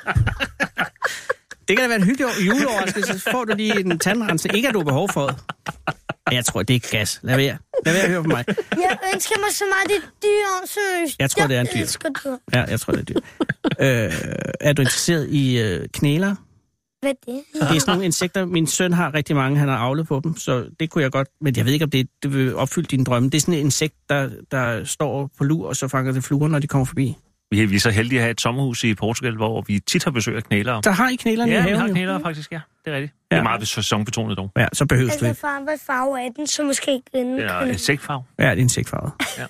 Speaker 3: Det kan da være en hyggelig juleoverraskelse. Så får du lige en tandrensning. Ikke at du har behov for det. Jeg tror, det er gas. Lad være at høre på mig.
Speaker 8: Jeg ønsker mig så meget, det er dyr, seriøst.
Speaker 3: Jeg tror, det er en dyr. Ja, jeg tror, det er dyr. Er du interesseret i knæler?
Speaker 8: Hvad er det?
Speaker 3: Det er sådan nogle insekter. Min søn har rigtig mange, han har avlet på dem, så det kunne jeg godt... Men jeg ved ikke, om det vil opfylde dine drømme. Det er sådan et insekt, der står på lur, og så fanger det fluer, når de kommer forbi.
Speaker 9: Vi er så heldige at have et sommerhus i Portugal, hvor vi tit har besøg af knælere.
Speaker 3: Der har I knælerne i haven?
Speaker 9: Ja, vi har knælere faktisk, ja. Det er rigtigt. Ja. Det er meget sæsonbetonet dog.
Speaker 3: Ja, så behøves det.
Speaker 8: Altså, far, hvad farve er den, så måske ikke den?
Speaker 9: Det er insektfarve.
Speaker 3: Ja, det er insektfarve. Ja.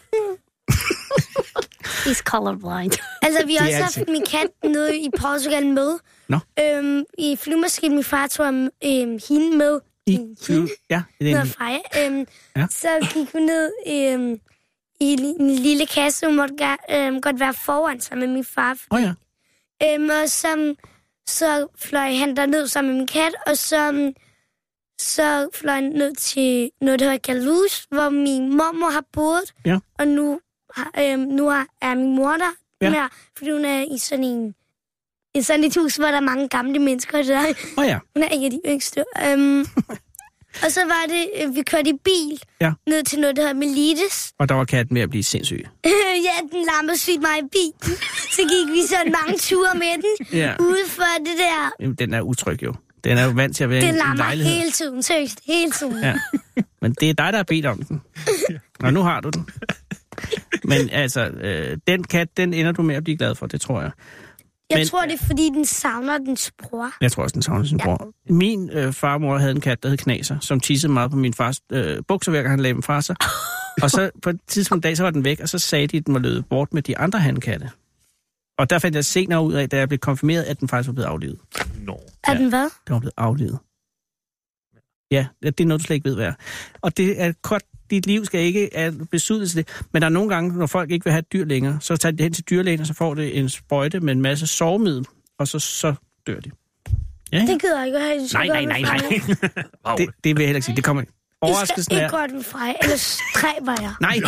Speaker 6: He's colorblind.
Speaker 8: Altså, vi har også haft min kat nede i Portugal med.
Speaker 3: Nå.
Speaker 8: I flyvemaskinen, min far tog hende med.
Speaker 3: Ja, det er
Speaker 8: Freja. Så gik hun ned i en lille kasse, hun måtte godt være foran sig med min far.
Speaker 3: Ja.
Speaker 8: Og så fløj han derned sammen med min kat, og så fløj han ned til noget, der hedder Galus, hvor min mormor har boet.
Speaker 3: Ja.
Speaker 8: Og nu er min mor der mere, fordi hun er i sådan et hus, hvor der er mange gamle mennesker der.
Speaker 3: Ja.
Speaker 8: Hun er en af de yngste. Og så var det, vi kørte i bil ned til noget, der hedder Melides.
Speaker 3: Og der var katten ved at blive sindssyg.
Speaker 8: Ja, den lammede sygt mig i bil. Så gik vi sådan mange ture med den, ude for det der.
Speaker 3: Jamen, den er utryg jo. Den er jo vant til at være en lejlighed.
Speaker 8: Den lammer hele tiden, seriøst, hele tiden.
Speaker 3: Ja. Men det er dig, der har bedt om den. Og nu har du den. Men altså, den kat, den ender du med at blive glad for, det tror jeg.
Speaker 8: Jeg tror, det er, fordi den savner dens bror.
Speaker 3: Jeg tror også, den savner sin bror. Min farmor havde en kat, der hed Knaser, som tissede meget på min fars bukserværk, han lagde dem fra sig. Og så på et tidspunkt dag, så var den væk, og så sagde de, at den var løbet bort med de andre hankatte. Og der fandt jeg senere ud af, da jeg blev konfirmeret, at den faktisk var blevet aflivet.
Speaker 8: Er den hvad?
Speaker 3: Den var blevet aflivet. Ja, det er noget, du slet ikke ved, hvad er. Og det er kort, dit liv skal ikke besudle til det. Men der er nogle gange, når folk ikke vil have et dyr længere, så tager de det hen til dyrlægen, og så får det en sprøjte med en masse sovemiddel, og så dør de. Ja.
Speaker 8: Det gider jeg ikke have.
Speaker 3: Nej. Det vil jeg heller ikke sige. Det kommer overraskelsen
Speaker 8: er... I skal ikke godt med Freja, ellers stræber jeg.
Speaker 3: Nej.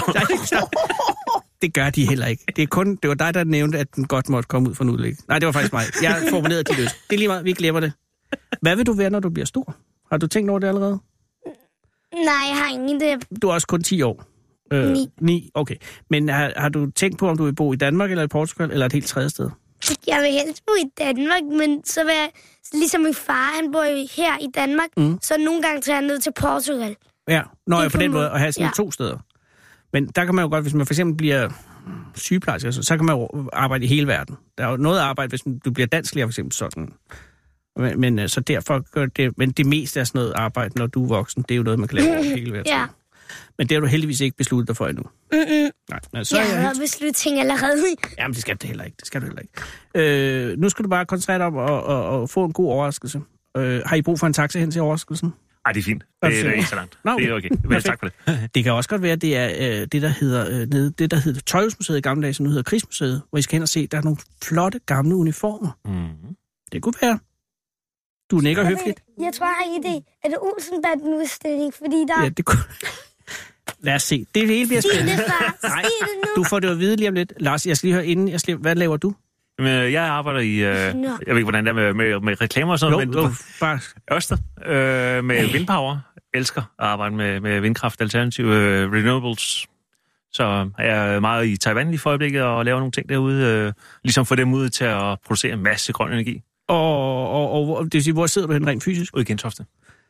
Speaker 3: Det gør de heller ikke. Det var dig, der nævnte, at den godt måtte komme ud fra en udlæg. Nej, det var faktisk mig. Jeg formulerede de løs. Det er lige meget, vi glemmer det. Hvad vil du være, når du bliver stor? Har du tænkt over det allerede?
Speaker 8: Nej, jeg har ingen idé.
Speaker 3: Du er også kun 10 år. 9, okay. Men har du tænkt på, om du vil bo i Danmark eller i Portugal, eller et helt tredje sted?
Speaker 8: Jeg vil helst bo i Danmark, men så vil jeg, ligesom min far, han bor jo her i Danmark, så nogle gange tager jeg ned til Portugal.
Speaker 3: Ja, når jeg på den måde, at have sådan 2 steder. Men der kan man jo godt, hvis man for eksempel bliver sygeplejerske, så kan man jo arbejde i hele verden. Der er jo noget arbejde, hvis du bliver dansklærer for eksempel sådan. Men så derfor gør det, men det meste af sådan noget arbejde, når du er voksen, det er jo noget, man kan lave over hele verden. Ja. Men det har du heldigvis ikke besluttet dig for endnu. Nej, så
Speaker 8: jeg har besluttet ting allerede.
Speaker 3: Jamen, det skal du heller ikke. Nu skal du bare koncentrere dig om at få en god overraskelse. Har I brug for en taxa hen til overraskelsen?
Speaker 9: Ej, det er fint. Det er ikke så langt. Det er okay. Tak for det.
Speaker 3: Det kan også godt være, det er det, der hedder Tøjhusmuseet i gamle dage, som nu hedder Krigsmuseet, hvor I skal hen og se, der er nogle flotte gamle uniformer. Mm-hmm. Det kunne være. Du nikker høfligt.
Speaker 8: Jeg tror, jeg har en idé. Er det Olsenbanden-udstilling? Fordi der...
Speaker 3: Ja, det kunne... Lad os se. Det hele bliver spændende. Nej, du får det at vide lige om lidt. Lars, jeg skal lige høre inden. Hvad laver du?
Speaker 9: Jeg arbejder i... jeg ved ikke, hvordan det er med reklamer og sådan noget, men
Speaker 3: bare...
Speaker 9: Ørsted med vindpower. Elsker at arbejde med vindkraft, alternative renewables. Så er jeg meget i Taiwan lige for øjeblikket og laver nogle ting derude. Ligesom få dem ud til at producere en masse grøn energi.
Speaker 3: Og det vil sige, hvor sidder du hen rent fysisk?
Speaker 9: Ude i Gentofte.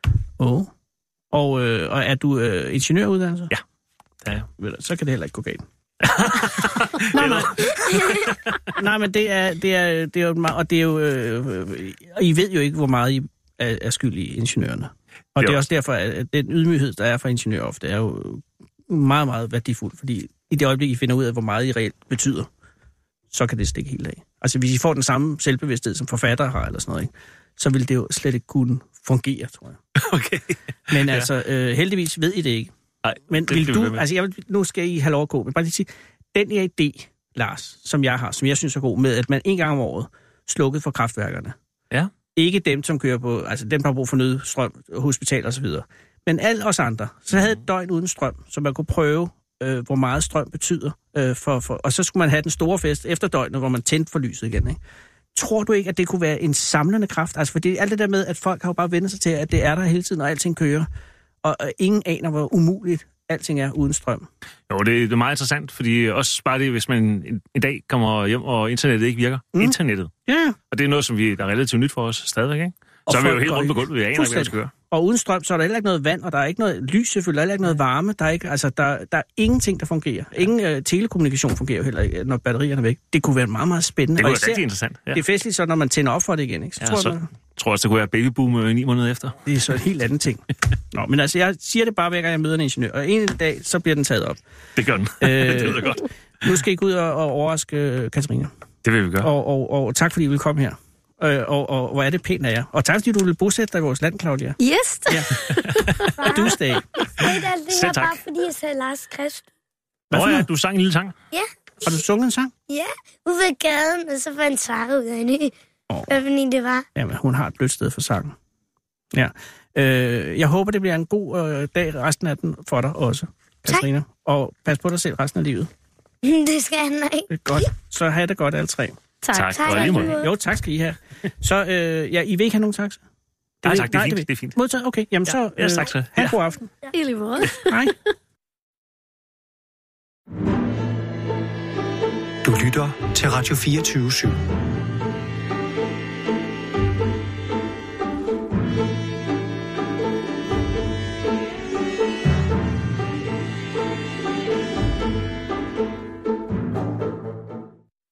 Speaker 3: Og er du ingeniøruddannelse?
Speaker 9: Ja, det er jeg.
Speaker 3: Så kan det heller ikke gå galt. Nej, men det er jo meget, og det er jo, I ved jo ikke, hvor meget I er skyld i ingeniørerne. Og det er også derfor, at den ydmyghed, der er for ingeniører ofte, er jo meget, meget værdifuld, fordi i det øjeblik, I finder ud af, hvor meget I reelt betyder, så kan det stikke helt af. Altså, hvis I får den samme selvbevidsthed, som forfattere har, eller sådan noget, ikke, så vil det jo slet ikke kunne fungere, tror jeg.
Speaker 9: Okay.
Speaker 3: Men altså, heldigvis ved I det ikke.
Speaker 9: Nej,
Speaker 3: men vil du, altså nu skal I have lov at gå, men bare lige sige, den her idé, Lars, som jeg har, som jeg synes er god, med at man en gang om året slukkede for kraftværkerne.
Speaker 9: Ja.
Speaker 3: Ikke dem, som kører på, altså dem, der har brug for nødstrøm, hospital og så videre. Men alle os andre, så havde et døgn uden strøm, så man kunne prøve, hvor meget strøm betyder. Og så skulle man have den store fest efter døgnet, hvor man tændte for lyset igen, ikke? Tror du ikke, at det kunne være en samlende kraft? Altså, fordi alt det der med, at folk har jo bare vendt sig til, at det er der hele tiden, og alting kører. Og ingen aner, hvor umuligt alting er uden strøm.
Speaker 9: Jo, det er meget interessant, fordi også bare det, hvis man en dag kommer hjem, og internettet ikke virker. Internettet.
Speaker 3: Ja.
Speaker 9: Og det er noget, som der er relativt nyt for os stadigvæk, ikke? Så er vi jo helt rundt på gulvet, vi aner ikke, hvad vi skal gøre.
Speaker 3: Og uden strøm, så er der heller ikke noget vand, og der er ikke noget lys selvfølgelig, der er heller ikke noget varme. Der er, ikke, altså, der er ingenting, der fungerer. Ingen telekommunikation fungerer jo heller ikke, når batterierne er væk. Det kunne være meget, meget spændende.
Speaker 9: Det kunne være rigtig interessant. Ja.
Speaker 3: Det er festligt, så når man tænder op for det igen, ikke? Så tror
Speaker 9: jeg også, det kunne være babyboom 9 måneder efter.
Speaker 3: Det er så et helt andet ting. Nå, men altså, jeg siger det bare, hver gang jeg møder en ingeniør. Og en dag, så bliver den taget op.
Speaker 9: Det gør den. Det lyder godt.
Speaker 3: Nu skal I gå ud og overraske Katarina.
Speaker 9: Det vil vi gøre.
Speaker 3: Og tak, fordi I vil komme her. Og hvor er det pænt af jer. Og tak, fordi du vil bosætte dig i vores land, Claudia.
Speaker 6: Yes.
Speaker 3: Ja. Og du, Stage.
Speaker 8: Det er bare, fordi jeg sagde Lars Christ.
Speaker 9: Ja, du sang en lille sang?
Speaker 8: Ja.
Speaker 3: Har du sunget en sang?
Speaker 8: Ja, ude ved gaden, og så var en Sara ud af hende. Hvad for en det var?
Speaker 3: Jamen, hun har et blødt sted for sangen. Ja. Jeg håber, det bliver en god dag resten af den for dig også, Katrina. Og pas på dig selv resten af livet.
Speaker 8: Det skal han ikke.
Speaker 3: Det er godt. Så have det godt alle tre.
Speaker 6: Tak.
Speaker 3: Jo, tak skal I have. Så, I vil ikke have nogen taxa?
Speaker 9: Nej, tak, det er fint.
Speaker 3: Modtaget? Okay, jamen så, have en god aften.
Speaker 6: I lige måde.
Speaker 3: Hej.
Speaker 7: Du lytter til Radio 24/7.